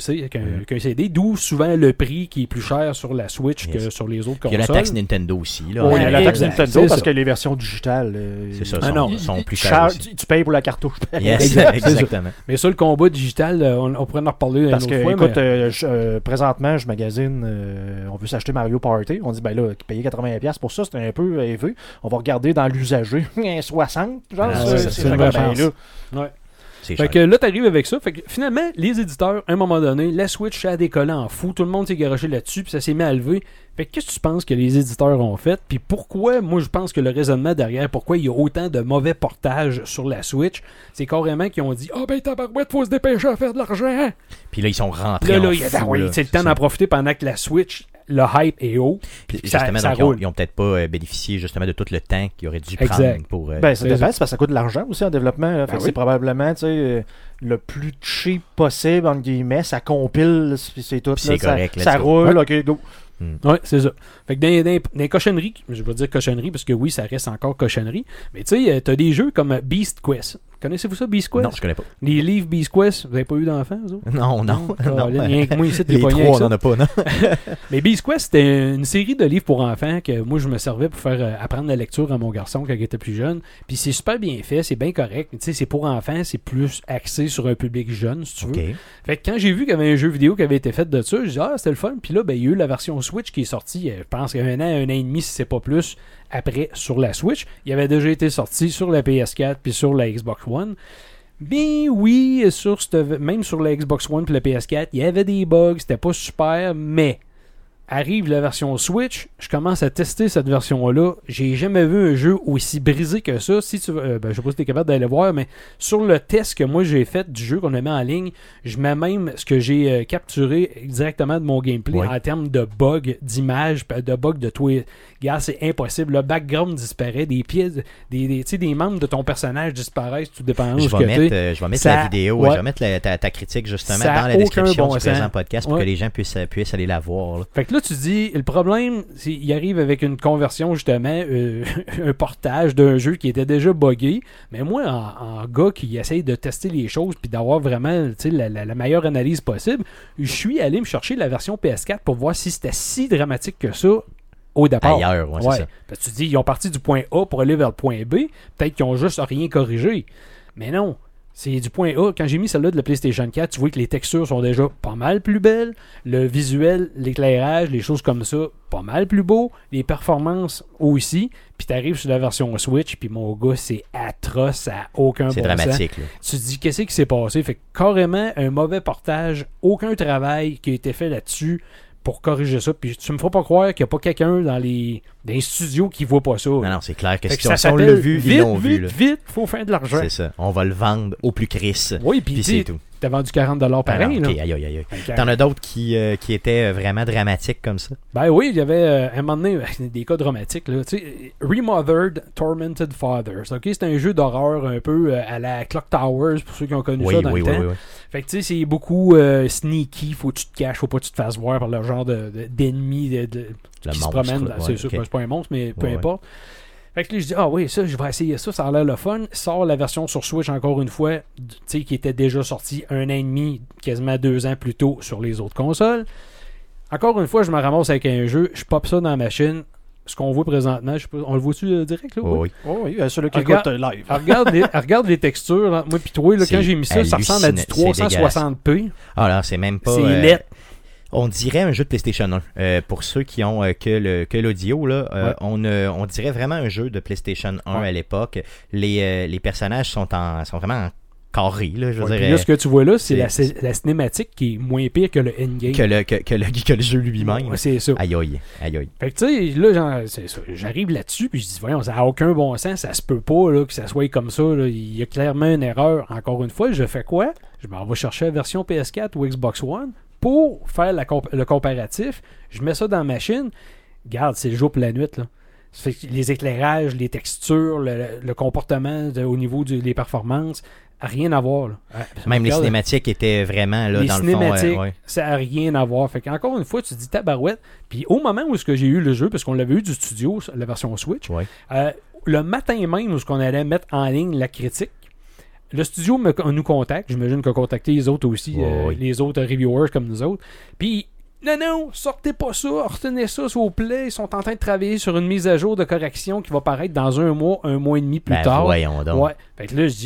CD, d'où souvent le prix qui est plus cher sur la Switch que Yes. sur les autres Puis il y a consoles. la taxe Nintendo aussi. Là. Ouais, Ouais, la taxe exact. Nintendo, C'est parce ça. que les versions digitales. C'est ça, Ah sont, non. sont plus tu chers aussi. tu payes pour la cartouche. Yes, Exact, c'est ça. exactement. Mais ça, le combat digital, on pourrait en reparler Parce une que, autre fois. écoute, mais- présentement, je magasine, on veut s'acheter Mario Party. On dit, ben là, payer 80$ pour ça, c'est un peu élevé. On va regarder dans l'usager, 60$, genre. Ah, ouais, c'est c'est une ben vraie chance. là, Ouais. C'est Fait cher. que là, t'arrives avec ça. Fait que finalement, les éditeurs, à un moment donné, la Switch, ça a décollé en fou. Tout le monde s'est garoché là-dessus, puis ça s'est mis à lever. Fait que qu'est-ce que tu penses que les éditeurs ont fait? Puis pourquoi, moi, je pense que le raisonnement derrière, pourquoi il y a autant de mauvais portages sur la Switch, c'est carrément qu'ils ont dit « Ah ben tabarouette, faut se dépêcher à faire de l'argent! Puis là, ils sont » rentrés Là, en il y a fou, là. c'est le temps d'en profiter pendant que la Switch, le hype est haut. Puis Puis ça justement, donc, roule. ils ont peut-être pas bénéficié justement de tout le temps qu'ils auraient dû prendre Exact. pour... Ben, ça C'est dépend, ça. c'est parce que ça coûte de l'argent aussi en développement. Là. Fait Ben que oui. c'est probablement, tu sais, le plus cheap possible, entre guillemets. Ça compile, puis c'est tout. Puis là, c'est correct, ça let's go. roule, ok, go. Ouais, c'est ça. Fait que dans les cochonneries, je vais dire cochonneries parce que oui, ça reste encore cochonnerie, mais tu sais, t'as des jeux comme Beast Quest. Connaissez-vous ça, Beast Quest? Non, je connais pas. Les livres Beast Quest, vous avez pas eu d'enfants, vous autres? Non, non. non. Rien que moi ici, Les trois, on n'en a pas, non? Mais Beast Quest, c'était une série de livres pour enfants que moi, je me servais pour faire apprendre la lecture à mon garçon quand il était plus jeune. Puis c'est super bien fait, c'est bien correct. Tu sais, c'est pour enfants, c'est plus axé sur un public jeune, si tu veux. OK. Fait que quand j'ai vu qu'il y avait un jeu vidéo qui avait été fait de ça, j'ai dit, ah, c'était le fun. Puis là, ben, il y a eu la version Switch qui est sortie, je pense qu'il y a un an et demi, si c'est pas plus, après sur la Switch. Il avait déjà été sorti sur la PS4 puis sur la Xbox One. Mais oui, même sur la Xbox One et la PS4, il y avait des bugs, c'était pas super, mais arrive la version Switch, je commence à tester cette version-là. J'ai jamais vu un jeu aussi brisé que ça. Si tu veux, je sais pas si tu es capable d'aller voir, mais sur le test que moi j'ai fait du jeu qu'on a mis en ligne, je mets même ce que j'ai capturé directement de mon gameplay Ouais. en termes de bugs d'image, de bugs de tout. Gars, c'est impossible. Le background disparaît, des pieds, tu sais, des membres de ton personnage disparaissent, tout dépendant de Je ce vais que mettre, t'es. je vais mettre Ça- la vidéo, ouais. je vais mettre ta critique justement Ça a dans la aucun description bon du présent sens. podcast pour Ouais. que les gens puissent aller la voir. là. Fait que là, tu dis, le problème, c'est qu'il arrive avec une conversion, justement, un portage d'un jeu qui était déjà buggé. Mais moi, en gars qui essaye de tester les choses puis d'avoir vraiment tu sais, la meilleure analyse possible, je suis allé me chercher la version PS4 pour voir si c'était si dramatique que ça au départ. Ailleurs, ouais, c'est ça. Parce que tu dis, ils ont parti du point A pour aller vers le point B. Peut-être qu'ils ont juste rien corrigé. Mais non. C'est du point A. Quand j'ai mis celle-là de la PlayStation 4, tu vois que les textures sont déjà pas mal plus belles. Le visuel, l'éclairage, les choses comme ça, pas mal plus beau. Les performances aussi. Puis t'arrives sur la version Switch, puis mon gars, c'est atroce, ça n'a aucun bon sens. C'est dramatique, là. Tu te dis, qu'est-ce qui s'est passé? Fait que carrément, un mauvais portage, aucun travail qui a été fait là-dessus pour corriger ça. Puis tu me feras pas croire qu'il n'y a pas quelqu'un dans les studios qui voit pas ça. Non, c'est clair que Fait si que ça on l'a vu, vite, ils l'ont vu. Là. Vite, faut faire de l'argent. C'est ça. On va le vendre au plus crisse. Oui, puis c'est tout. T'as vendu 40$ pareil. OK, là. aïe. T'en as d'autres qui étaient vraiment dramatiques comme ça? Ben oui, il y avait un moment donné des cas dramatiques. Là. Tu sais, Remothered Tormented Fathers. OK, c'est un jeu d'horreur un peu à la Clock Towers, pour ceux qui ont connu ça dans le temps. Oui. Fait que tu sais, c'est beaucoup sneaky, faut que tu te caches, faut pas que tu te fasses voir par le genre d'ennemis qui se promènent. C'est sûr, c'est pas un monstre, mais peu importe. Fait que là, je dis, oui, ça, je vais essayer ça a l'air le fun. Sort la version sur Switch, encore une fois, tu sais, qui était déjà sortie 1 an et demi, quasiment 2 ans plus tôt sur les autres consoles. Encore une fois, je me ramasse avec un jeu, je pop ça dans la machine. Ce qu'on voit présentement, je sais pas, on le voit-tu direct, là? Oui. Celui qui écoute live. Regarde les textures, là. Moi, puis toi, là, quand j'ai mis ça ressemble à du 360p. Ah là, c'est même pas... C'est laid. On dirait un jeu de PlayStation 1. Pour ceux qui ont que l'audio, là, on dirait vraiment un jeu de PlayStation 1 à l'époque. Les personnages sont vraiment en carré. Là, je veux dire, là, ce que tu vois là, c'est la cinématique qui est moins pire que le endgame. Que le jeu lui-même. Ouais, c'est ça. Aïe. Fait que tu sais, là, j'arrive là-dessus, puis je dis, voyons, ça n'a aucun bon sens, ça se peut pas là, que ça soit comme ça. Là. Il y a clairement une erreur. Encore une fois, je fais quoi? Je m'en vais chercher la version PS4 ou Xbox One. Pour faire le comparatif, je mets ça dans la machine. Regarde, c'est le jour pour la nuit. Là. Ça fait que les éclairages, les textures, le comportement au niveau des performances, rien à voir. Là. Même les cinématiques étaient vraiment là, dans le fond. Les cinématiques, ça n'a rien à voir. Fait qu'encore une fois, tu te dis tabarouette. Puis au moment où j'ai eu le jeu, parce qu'on l'avait eu du studio, la version Switch, le matin même où on allait mettre en ligne la critique, le studio nous contacte, j'imagine qu'on a contacté les autres aussi, les autres reviewers comme nous autres. Puis, non, sortez pas ça, retenez ça, s'il vous plaît. Ils sont en train de travailler sur une mise à jour de correction qui va paraître dans un mois et demi plus tard. Voyons donc. Ouais. Fait que là, je dis,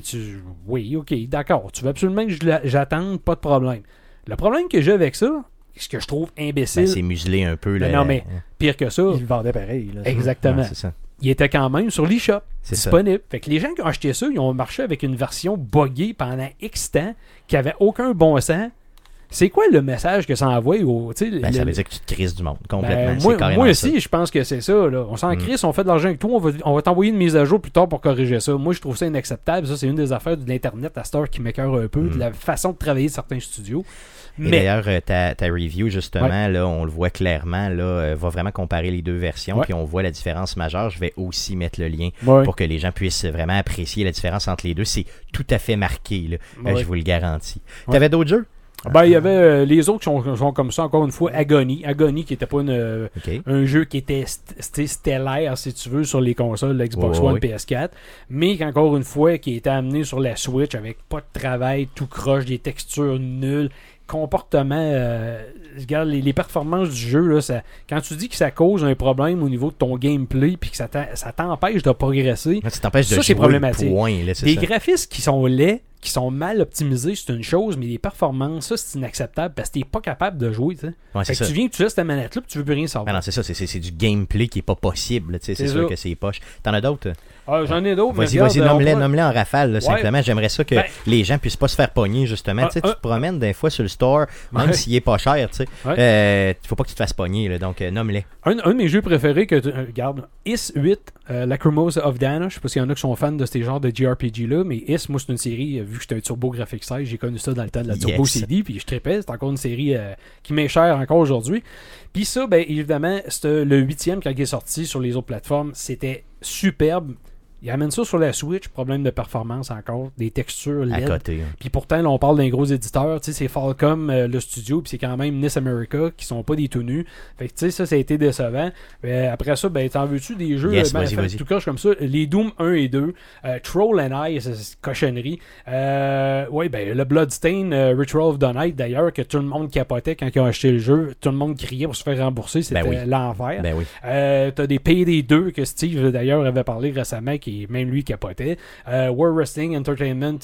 OK, d'accord. Tu veux absolument que j'attende, pas de problème. Le problème que j'ai avec ça, ce que je trouve imbécile. C'est muselé un peu. Non, mais pire que ça. Ils le vendaient pareil. Là, exactement. Ouais, c'est ça. Il était quand même sur l'eShop, disponible. Ça. Fait que les gens qui ont acheté ça, ils ont marché avec une version buggée pendant X temps, qui avait aucun bon sens. C'est quoi le message que ça envoie ça veut dire que tu te crises du monde, complètement. Moi aussi, je pense que c'est ça. Là. On s'en crisse, on fait de l'argent avec tout, on va t'envoyer une mise à jour plus tard pour corriger ça. Moi, je trouve ça inacceptable. Ça, c'est une des affaires de l'Internet à cette heure qui m'écoeure un peu, de la façon de travailler de certains studios. Et d'ailleurs, ta review, justement, là, on le voit clairement, là, va vraiment comparer les deux versions, puis on voit la différence majeure. Je vais aussi mettre le lien pour que les gens puissent vraiment apprécier la différence entre les deux. C'est tout à fait marqué, là, je vous le garantis. T'avais d'autres jeux? Il y avait les autres qui sont comme ça, encore une fois, Agony qui n'était pas un jeu qui était stellaire, si tu veux, sur les consoles, Xbox One, PS4, mais qu'encore une fois, qui était amené sur la Switch avec pas de travail, tout croche, des textures nulles, comportement, regarde les performances du jeu là, quand tu dis que ça cause un problème au niveau de ton gameplay puis que ça t'empêche de progresser, ça t'empêche de c'est problématique. Des graphismes qui sont laids, qui sont mal optimisés, c'est une chose, mais les performances, ça c'est inacceptable parce que t'es pas capable de jouer. Fait que tu viens, tu laisses ta manette là puis tu veux plus rien savoir. Non, c'est ça, c'est du gameplay qui est pas possible, c'est sûr que c'est poche. T'en as d'autres? J'en ai d'autres. Vas-y, nomme-les en rafale, là, simplement. J'aimerais ça que les gens puissent pas se faire pogner, justement. Tu te promènes des fois sur le store, même s'il est pas cher, tu sais. Faut pas que tu te fasses pogner, là, donc nomme-les. Un de mes jeux préférés que regarde, Is 8, Lacrimosa of Dana. Je sais pas s'il y en a qui sont fans de ces genres de JRPG-là, mais Is, moi, c'est une série, vu que j'étais un Turbo Graphics 16, j'ai connu ça dans le temps de la Turbo CD, puis je trippais. C'est encore une série qui m'est chère encore aujourd'hui. Puis ça, évidemment, c'était le 8e quand il est sorti sur les autres plateformes. C'était superbe. Ils amènent ça sur la Switch, problème de performance encore, des textures À LED. côté. Puis pourtant, là, on parle d'un gros éditeur. Tu sais, c'est Falcom, le studio, puis c'est quand même NIS America, qui sont pas des tout nus. Fait que, tu sais, ça a été décevant. Après ça, ben, t'en veux-tu des jeux Yes, vas-y. tout croche comme ça? Les Doom 1 et 2, Troll and I, c'est cochonnerie. Oui, ben, le Bloodstain, Ritual of the Night, d'ailleurs, que tout le monde capotait quand ils ont acheté le jeu. Tout le monde criait pour se faire rembourser. C'était l'enfer. Ben oui. T'as des Payday 2 que Steve, d'ailleurs, avait parlé récemment, qui même lui capotait. War Wrestling Entertainment,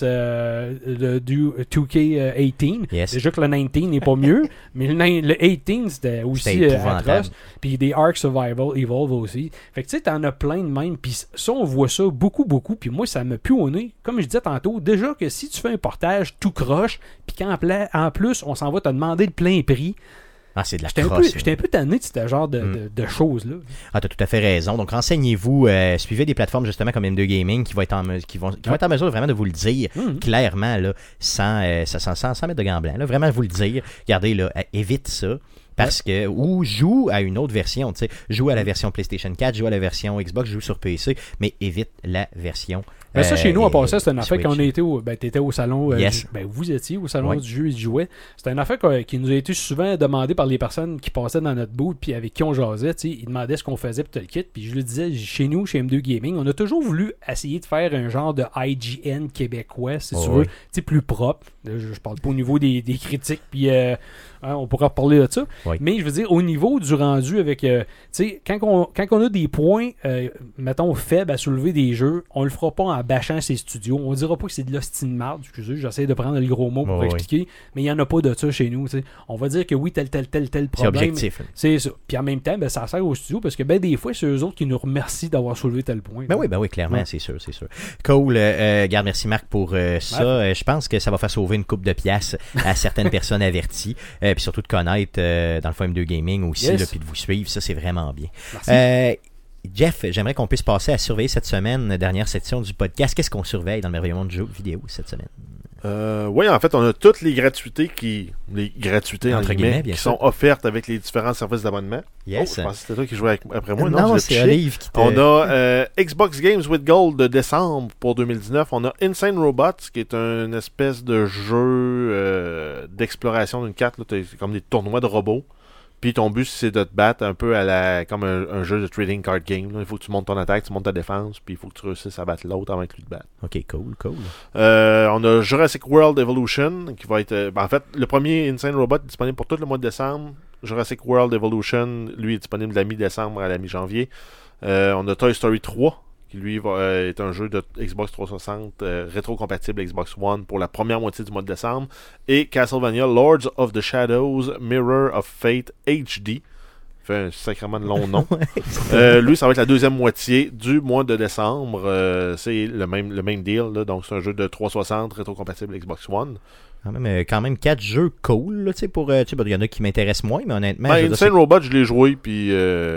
du 2K18. Yes. Déjà que le 19 n'est pas mieux, mais le 18 c'était aussi atroce. Puis des Ark Survival Evolve aussi. Fait que tu sais, t'en as plein de même. Puis ça, on voit ça beaucoup. Puis moi, ça me pue au nez. Comme je disais tantôt, déjà que si tu fais un portage tout croche, puis qu'en plus, on s'en va te demander le plein prix. Ah, c'est de la J'étais un peu tanné de ce genre de choses-là. Ah, t'as tout à fait raison. Donc, renseignez-vous, suivez des plateformes justement comme M2 Gaming qui vont être en mesure vraiment de vous le dire clairement, là, sans mettre de gants blancs. Là, vraiment vous le dire. Regardez, là, évite ça. Parce que, ou joue à une autre version, tu sais, joue à la version PlayStation 4, joue à la version Xbox, joue sur PC, mais évite la version Ben ça, chez nous, en passant, c'est une affaire Switch. quand on a été t'étais au salon, Yes. vous étiez au salon Oui. du jeu et du jouet. C'était une affaire qui nous a été souvent demandée par les personnes qui passaient dans notre booth puis avec qui on jasait, tu sais, ils demandaient ce qu'on faisait pour tout le kit, puis je lui disais, chez nous, chez M2 Gaming, on a toujours voulu essayer de faire un genre de IGN québécois, si tu veux, tu sais, plus propre. Là, je parle pas au niveau des critiques, puis on pourra reparler de ça. Oui. Mais je veux dire, au niveau du rendu avec, tu sais, quand on a des points, mettons, faibles à soulever des jeux, on le fera pas en bâchant ses studios. On dira pas que c'est de l'hostie de marde, excusez, j'essaie de prendre le gros mot pour expliquer, mais il y en a pas de ça chez nous, tu sais. On va dire que oui, tel problème. C'est objectif. C'est ça. Puis en même temps, ben, ça sert au studio parce que ben, des fois, c'est eux autres qui nous remercient d'avoir soulevé tel point. Ben oui, clairement, Ouais. c'est sûr. Cool. Garde, merci Marc pour ça. Je pense que ça va faire sauver une coupe de piastres à certaines personnes averties. Puis surtout de connaître dans le fond M2 Gaming aussi, Yes. là, puis de vous suivre. Ça, c'est vraiment bien. Merci. Jeff, j'aimerais qu'on puisse passer à surveiller cette semaine, dernière section du podcast. Qu'est-ce qu'on surveille dans le merveilleux monde du jeu vidéo cette semaine? Oui, en fait, on a toutes les gratuités Entre guillemets, bien qui sûr. sont offertes avec les différents services d'abonnement. Yes. Je pensais que c'était toi qui jouais après moi. Non, je l'ai c'est piché. Olive qui te... On a Xbox Games with Gold de décembre pour 2019. On a Insane Robots, qui est une espèce de jeu d'exploration d'une carte. C'est comme des tournois de robots. Puis ton but, c'est de te battre un peu comme un jeu de trading card game. Là. Il faut que tu montes ton attaque, tu montes ta défense, puis il faut que tu réussisses à battre l'autre avant que lui te batte. Ok, cool. On a Jurassic World Evolution, qui va être... en fait, le premier Insane Robot est disponible pour tout le mois de décembre. Jurassic World Evolution, lui, est disponible de la mi-décembre à la mi-janvier. On a Toy Story 3, qui lui est un jeu de Xbox 360 rétro-compatible Xbox One pour la première moitié du mois de décembre. Et Castlevania Lords of the Shadows Mirror of Fate HD. Fait un sacrément de long nom. Lui, ça va être la deuxième moitié du mois de décembre. C'est le même deal. Là. Donc, c'est un jeu de 360 rétro-compatible Xbox One. Quand même 4 jeux cool, là, tu sais, il y en a qui m'intéressent moins, mais honnêtement... Insane Robot, je l'ai joué, puis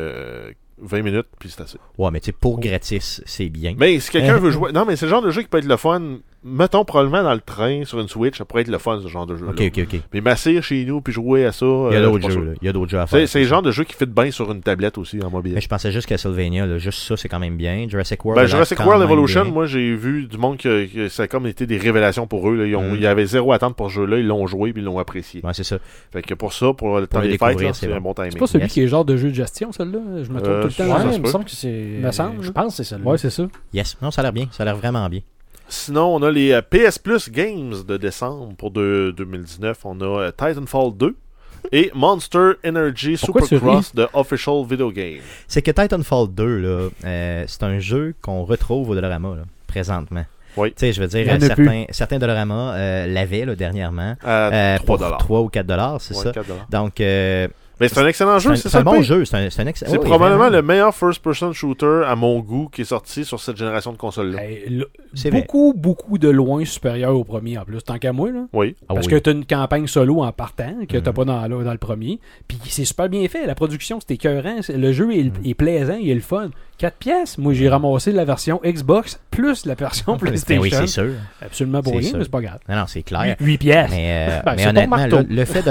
20 minutes, puis c'est assez. Ouais, mais tu sais, pour gratis, c'est bien. Mais si quelqu'un veut jouer... Non, mais c'est le genre de jeu qui peut être le fun. Mettons, probablement dans le train, sur une Switch, ça pourrait être le fun, ce genre de jeu. Ok. Mais m'asseoir chez nous, puis jouer à ça... Il y a d'autres jeux, là. Il y a d'autres jeux à faire. C'est le genre de jeu qui fit bien sur une tablette aussi, en mobile. Mais je pensais juste Castlevania, là. Juste ça, c'est quand même bien. Jurassic World... Jurassic World Evolution, moi, j'ai vu du monde que ça a comme été des révélations pour eux. Là. Il y avait zéro attente pour ce jeu-là. Ils l'ont joué, puis ils l'ont apprécié. Ouais, c'est ça. Fait que pour ça, pour le temps le des fêtes, découvrir, là, c'est c'est un bon. bon timing. C'est pas celui Yes. qui est genre de jeu de gestion, celui-là? Je me trompe tout le temps. Ouais, dans ça ça. se il me semble que c'est... Me semble, Je là. pense que c'est celui-là. Ouais, c'est ça. Yes. Non, ça a l'air bien. Ça a l'air vraiment bien. Sinon, on a les PS Plus Games de décembre pour 2019. On a Titanfall 2 et Monster Energy Pourquoi tu Supercross de Official Video Game. C'est que Titanfall 2, là, c'est un jeu qu'on retrouve au Dollarama, là, présentement. Oui. Tu sais, je veux dire, Il y en a certains Dollarama l'avaient, là, dernièrement. À Pour 3$. 3 ou 4$, c'est Ouais, ça. $4. Donc, Mais c'est un excellent jeu, c'est c'est un ça. bon jeu. C'est un excellent. C'est probablement le meilleur first-person shooter à mon goût qui est sorti sur cette génération de consoles-là. C'est vrai. Beaucoup de loin supérieur au premier en plus. Tant qu'à moi, là. Oui. Parce que tu as une campagne solo en partant que tu n'as pas dans le premier. Puis c'est super bien fait. La production, c'est écœurant. Le jeu est plaisant, il est le fun. 4 pièces. Moi, j'ai ramassé la version Xbox plus la version PlayStation. Oui, c'est sûr. Absolument pour rien, mais c'est pas grave. Non, c'est clair. 8 pièces. Mais honnêtement, le fait de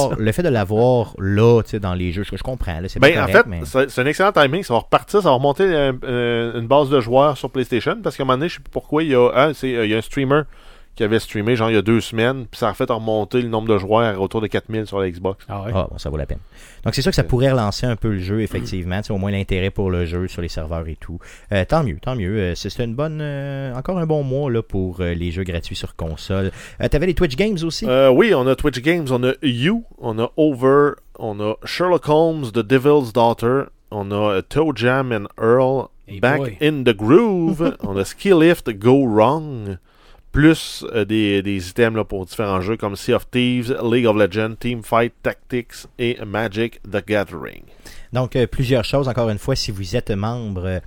l'avoir là, tu sais, dans les jeux, je comprends. Là, c'est ben, pas en correct, fait, c'est un excellent timing. Ça va repartir, ça va remonter une base de joueurs sur PlayStation. Parce qu'à un moment donné, je sais plus pourquoi, il y a un streamer qui avait streamé genre il y a 2 semaines, puis ça a fait remonter le nombre de joueurs autour de 4000 sur la Xbox. Ah ouais. Bon, ça vaut la peine. Donc c'est sûr que ça pourrait relancer un peu le jeu, effectivement, au moins l'intérêt pour le jeu sur les serveurs et tout. Tant mieux. C'est une bonne, encore un bon mois là, pour les jeux gratuits sur console. T'avais les Twitch Games aussi? Oui, on a Twitch Games, on a You, on a Over, on a Sherlock Holmes, The Devil's Daughter, on a Toe Jam and Earl, Hey Back boy. in the Groove, on a Ski Lift, Go Wrong, plus des items là, pour différents jeux comme Sea of Thieves, League of Legends, Teamfight Tactics et Magic the Gathering. Donc, plusieurs choses. Encore une fois, si vous êtes membre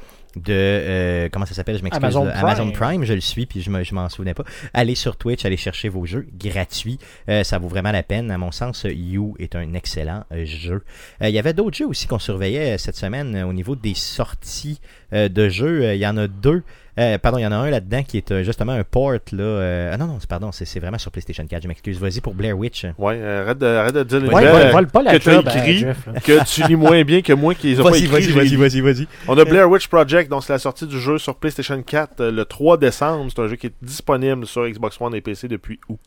de comment ça s'appelle, je m'excuse, Amazon Prime, je le suis puis je m'en souvenais pas. Allez sur Twitch, allez chercher vos jeux gratuits, ça vaut vraiment la peine. À mon sens, You est un excellent jeu. Il y avait d'autres jeux aussi qu'on surveillait cette semaine au niveau des sorties de jeux. Il y en a 2. Il y en a un là-dedans qui est justement un port là. C'est vraiment sur PlayStation 4. Je m'excuse. Vas-y pour Blair Witch. Ouais, arrête de dire les vole pas la que tu as job à écrit, Jeff, là. que tu lis moins bien que moi qui les a pas écrits. Vas-y. On a Blair Witch Project, donc c'est la sortie du jeu sur PlayStation 4 le 3 décembre. C'est un jeu qui est disponible sur Xbox One et PC depuis août.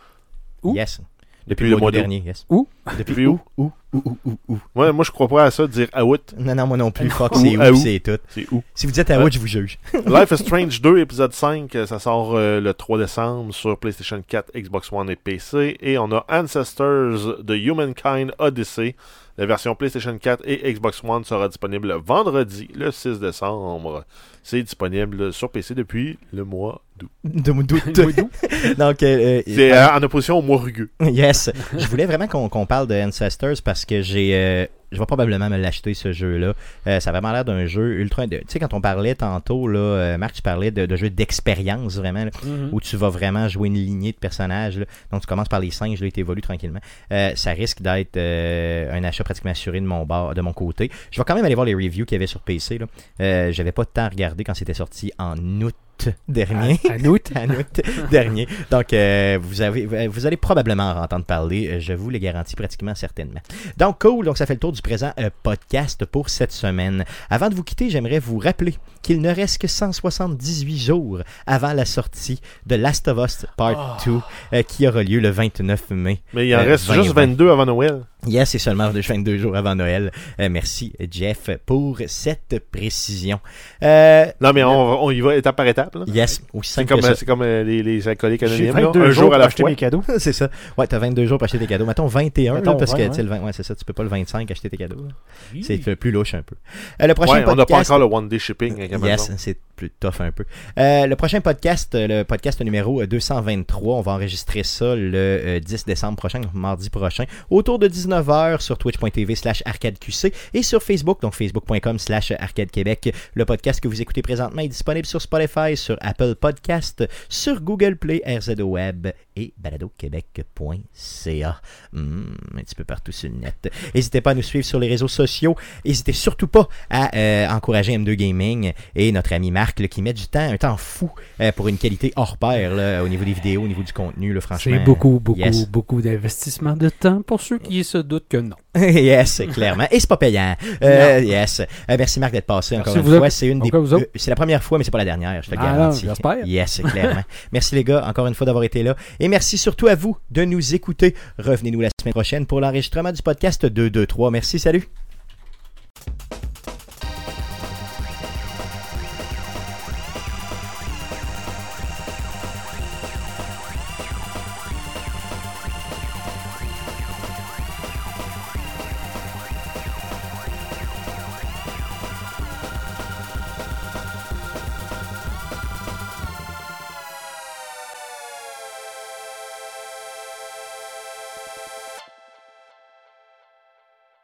Yes. Depuis le mois dernier. Yes. Où? Depuis où? Où? Ouais, moi je crois pas à ça de dire août. Non, moi non plus. Fuck, Ou c'est à où, où? c'est tout. C'est où? Si vous dites à où, je vous juge. Life is Strange 2, épisode 5, ça sort le 3 décembre sur PlayStation 4, Xbox One et PC. Et on a Ancestors The Humankind Odyssey. La version PlayStation 4 et Xbox One sera disponible vendredi, le 6 décembre. C'est disponible sur PC depuis le mois d'août. Donc, c'est en opposition au mois rugueux. Yes. Je voulais vraiment qu'on parle de Ancestors parce que je vais probablement me l'acheter, ce jeu-là. Ça a vraiment l'air d'un jeu ultra... Tu sais, quand on parlait tantôt, là, Marc, tu parlais de jeux d'expérience, vraiment, là, où tu vas vraiment jouer une lignée de personnages. Là. Donc, tu commences par les singes, là, et tu évolues tranquillement. Ça risque d'être un achat pratiquement assuré de mon côté. Je vais quand même aller voir les reviews qu'il y avait sur PC. Là. J'avais pas de temps à regarder quand c'était sorti en août dernier. En août dernier. Donc, vous allez probablement en entendre parler. Je vous le garantis pratiquement certainement. Donc, cool. Donc, ça fait le tour du présent podcast pour cette semaine. Avant de vous quitter, j'aimerais vous rappeler qu'il ne reste que 178 jours avant la sortie de Last of Us Part 2 qui aura lieu le 29 mai. Mais il en reste juste 22 avant Noël. Yes, c'est seulement 22 jours avant Noël. Merci, Jeff, pour cette précision. Non, mais on y va étape par étape. Là. Yes, aussi simple c'est comme les alcooliques J'ai anonymes. 22 Un jours jour à la acheter fois. mes cadeaux. C'est ça. Ouais, t'as 22 jours pour acheter tes cadeaux. Mettons 21, Mettons là, parce 20, que tu sais, c'est ça, tu peux pas le 25 acheter tes cadeaux. Là. C'est plus louche un peu. Le prochain On n'a pas podcast... encore le one-day shipping avec Amazon. Yes, c'est plus tough un peu. Le prochain podcast, le podcast numéro 223, on va enregistrer ça le 10 décembre prochain, mardi prochain, autour de 19h sur twitch.tv/arcadeqc et sur Facebook, donc facebook.com/arcadequebec. Le podcast que vous écoutez présentement est disponible sur Spotify, sur Apple Podcast, sur Google Play, RZO Web et baladoquebec.ca. Un petit peu partout sur le net. N'hésitez pas à nous suivre sur les réseaux sociaux. N'hésitez surtout pas à encourager M2 Gaming et notre ami Marc là, qui met un temps fou pour une qualité hors pair là, au niveau des vidéos, au niveau du contenu. Là, franchement, c'est beaucoup d'investissement de temps pour ceux qui se doutent que non. Yes, clairement. Et c'est pas payant. Yes. Merci Marc d'être passé encore une fois. C'est la première fois, mais c'est pas la dernière, je te le garantis. J'espère. Yes, clairement. Merci les gars, encore une fois d'avoir été là. Et merci surtout à vous de nous écouter. Revenez-nous la semaine prochaine pour l'enregistrement du podcast 223. Merci, salut.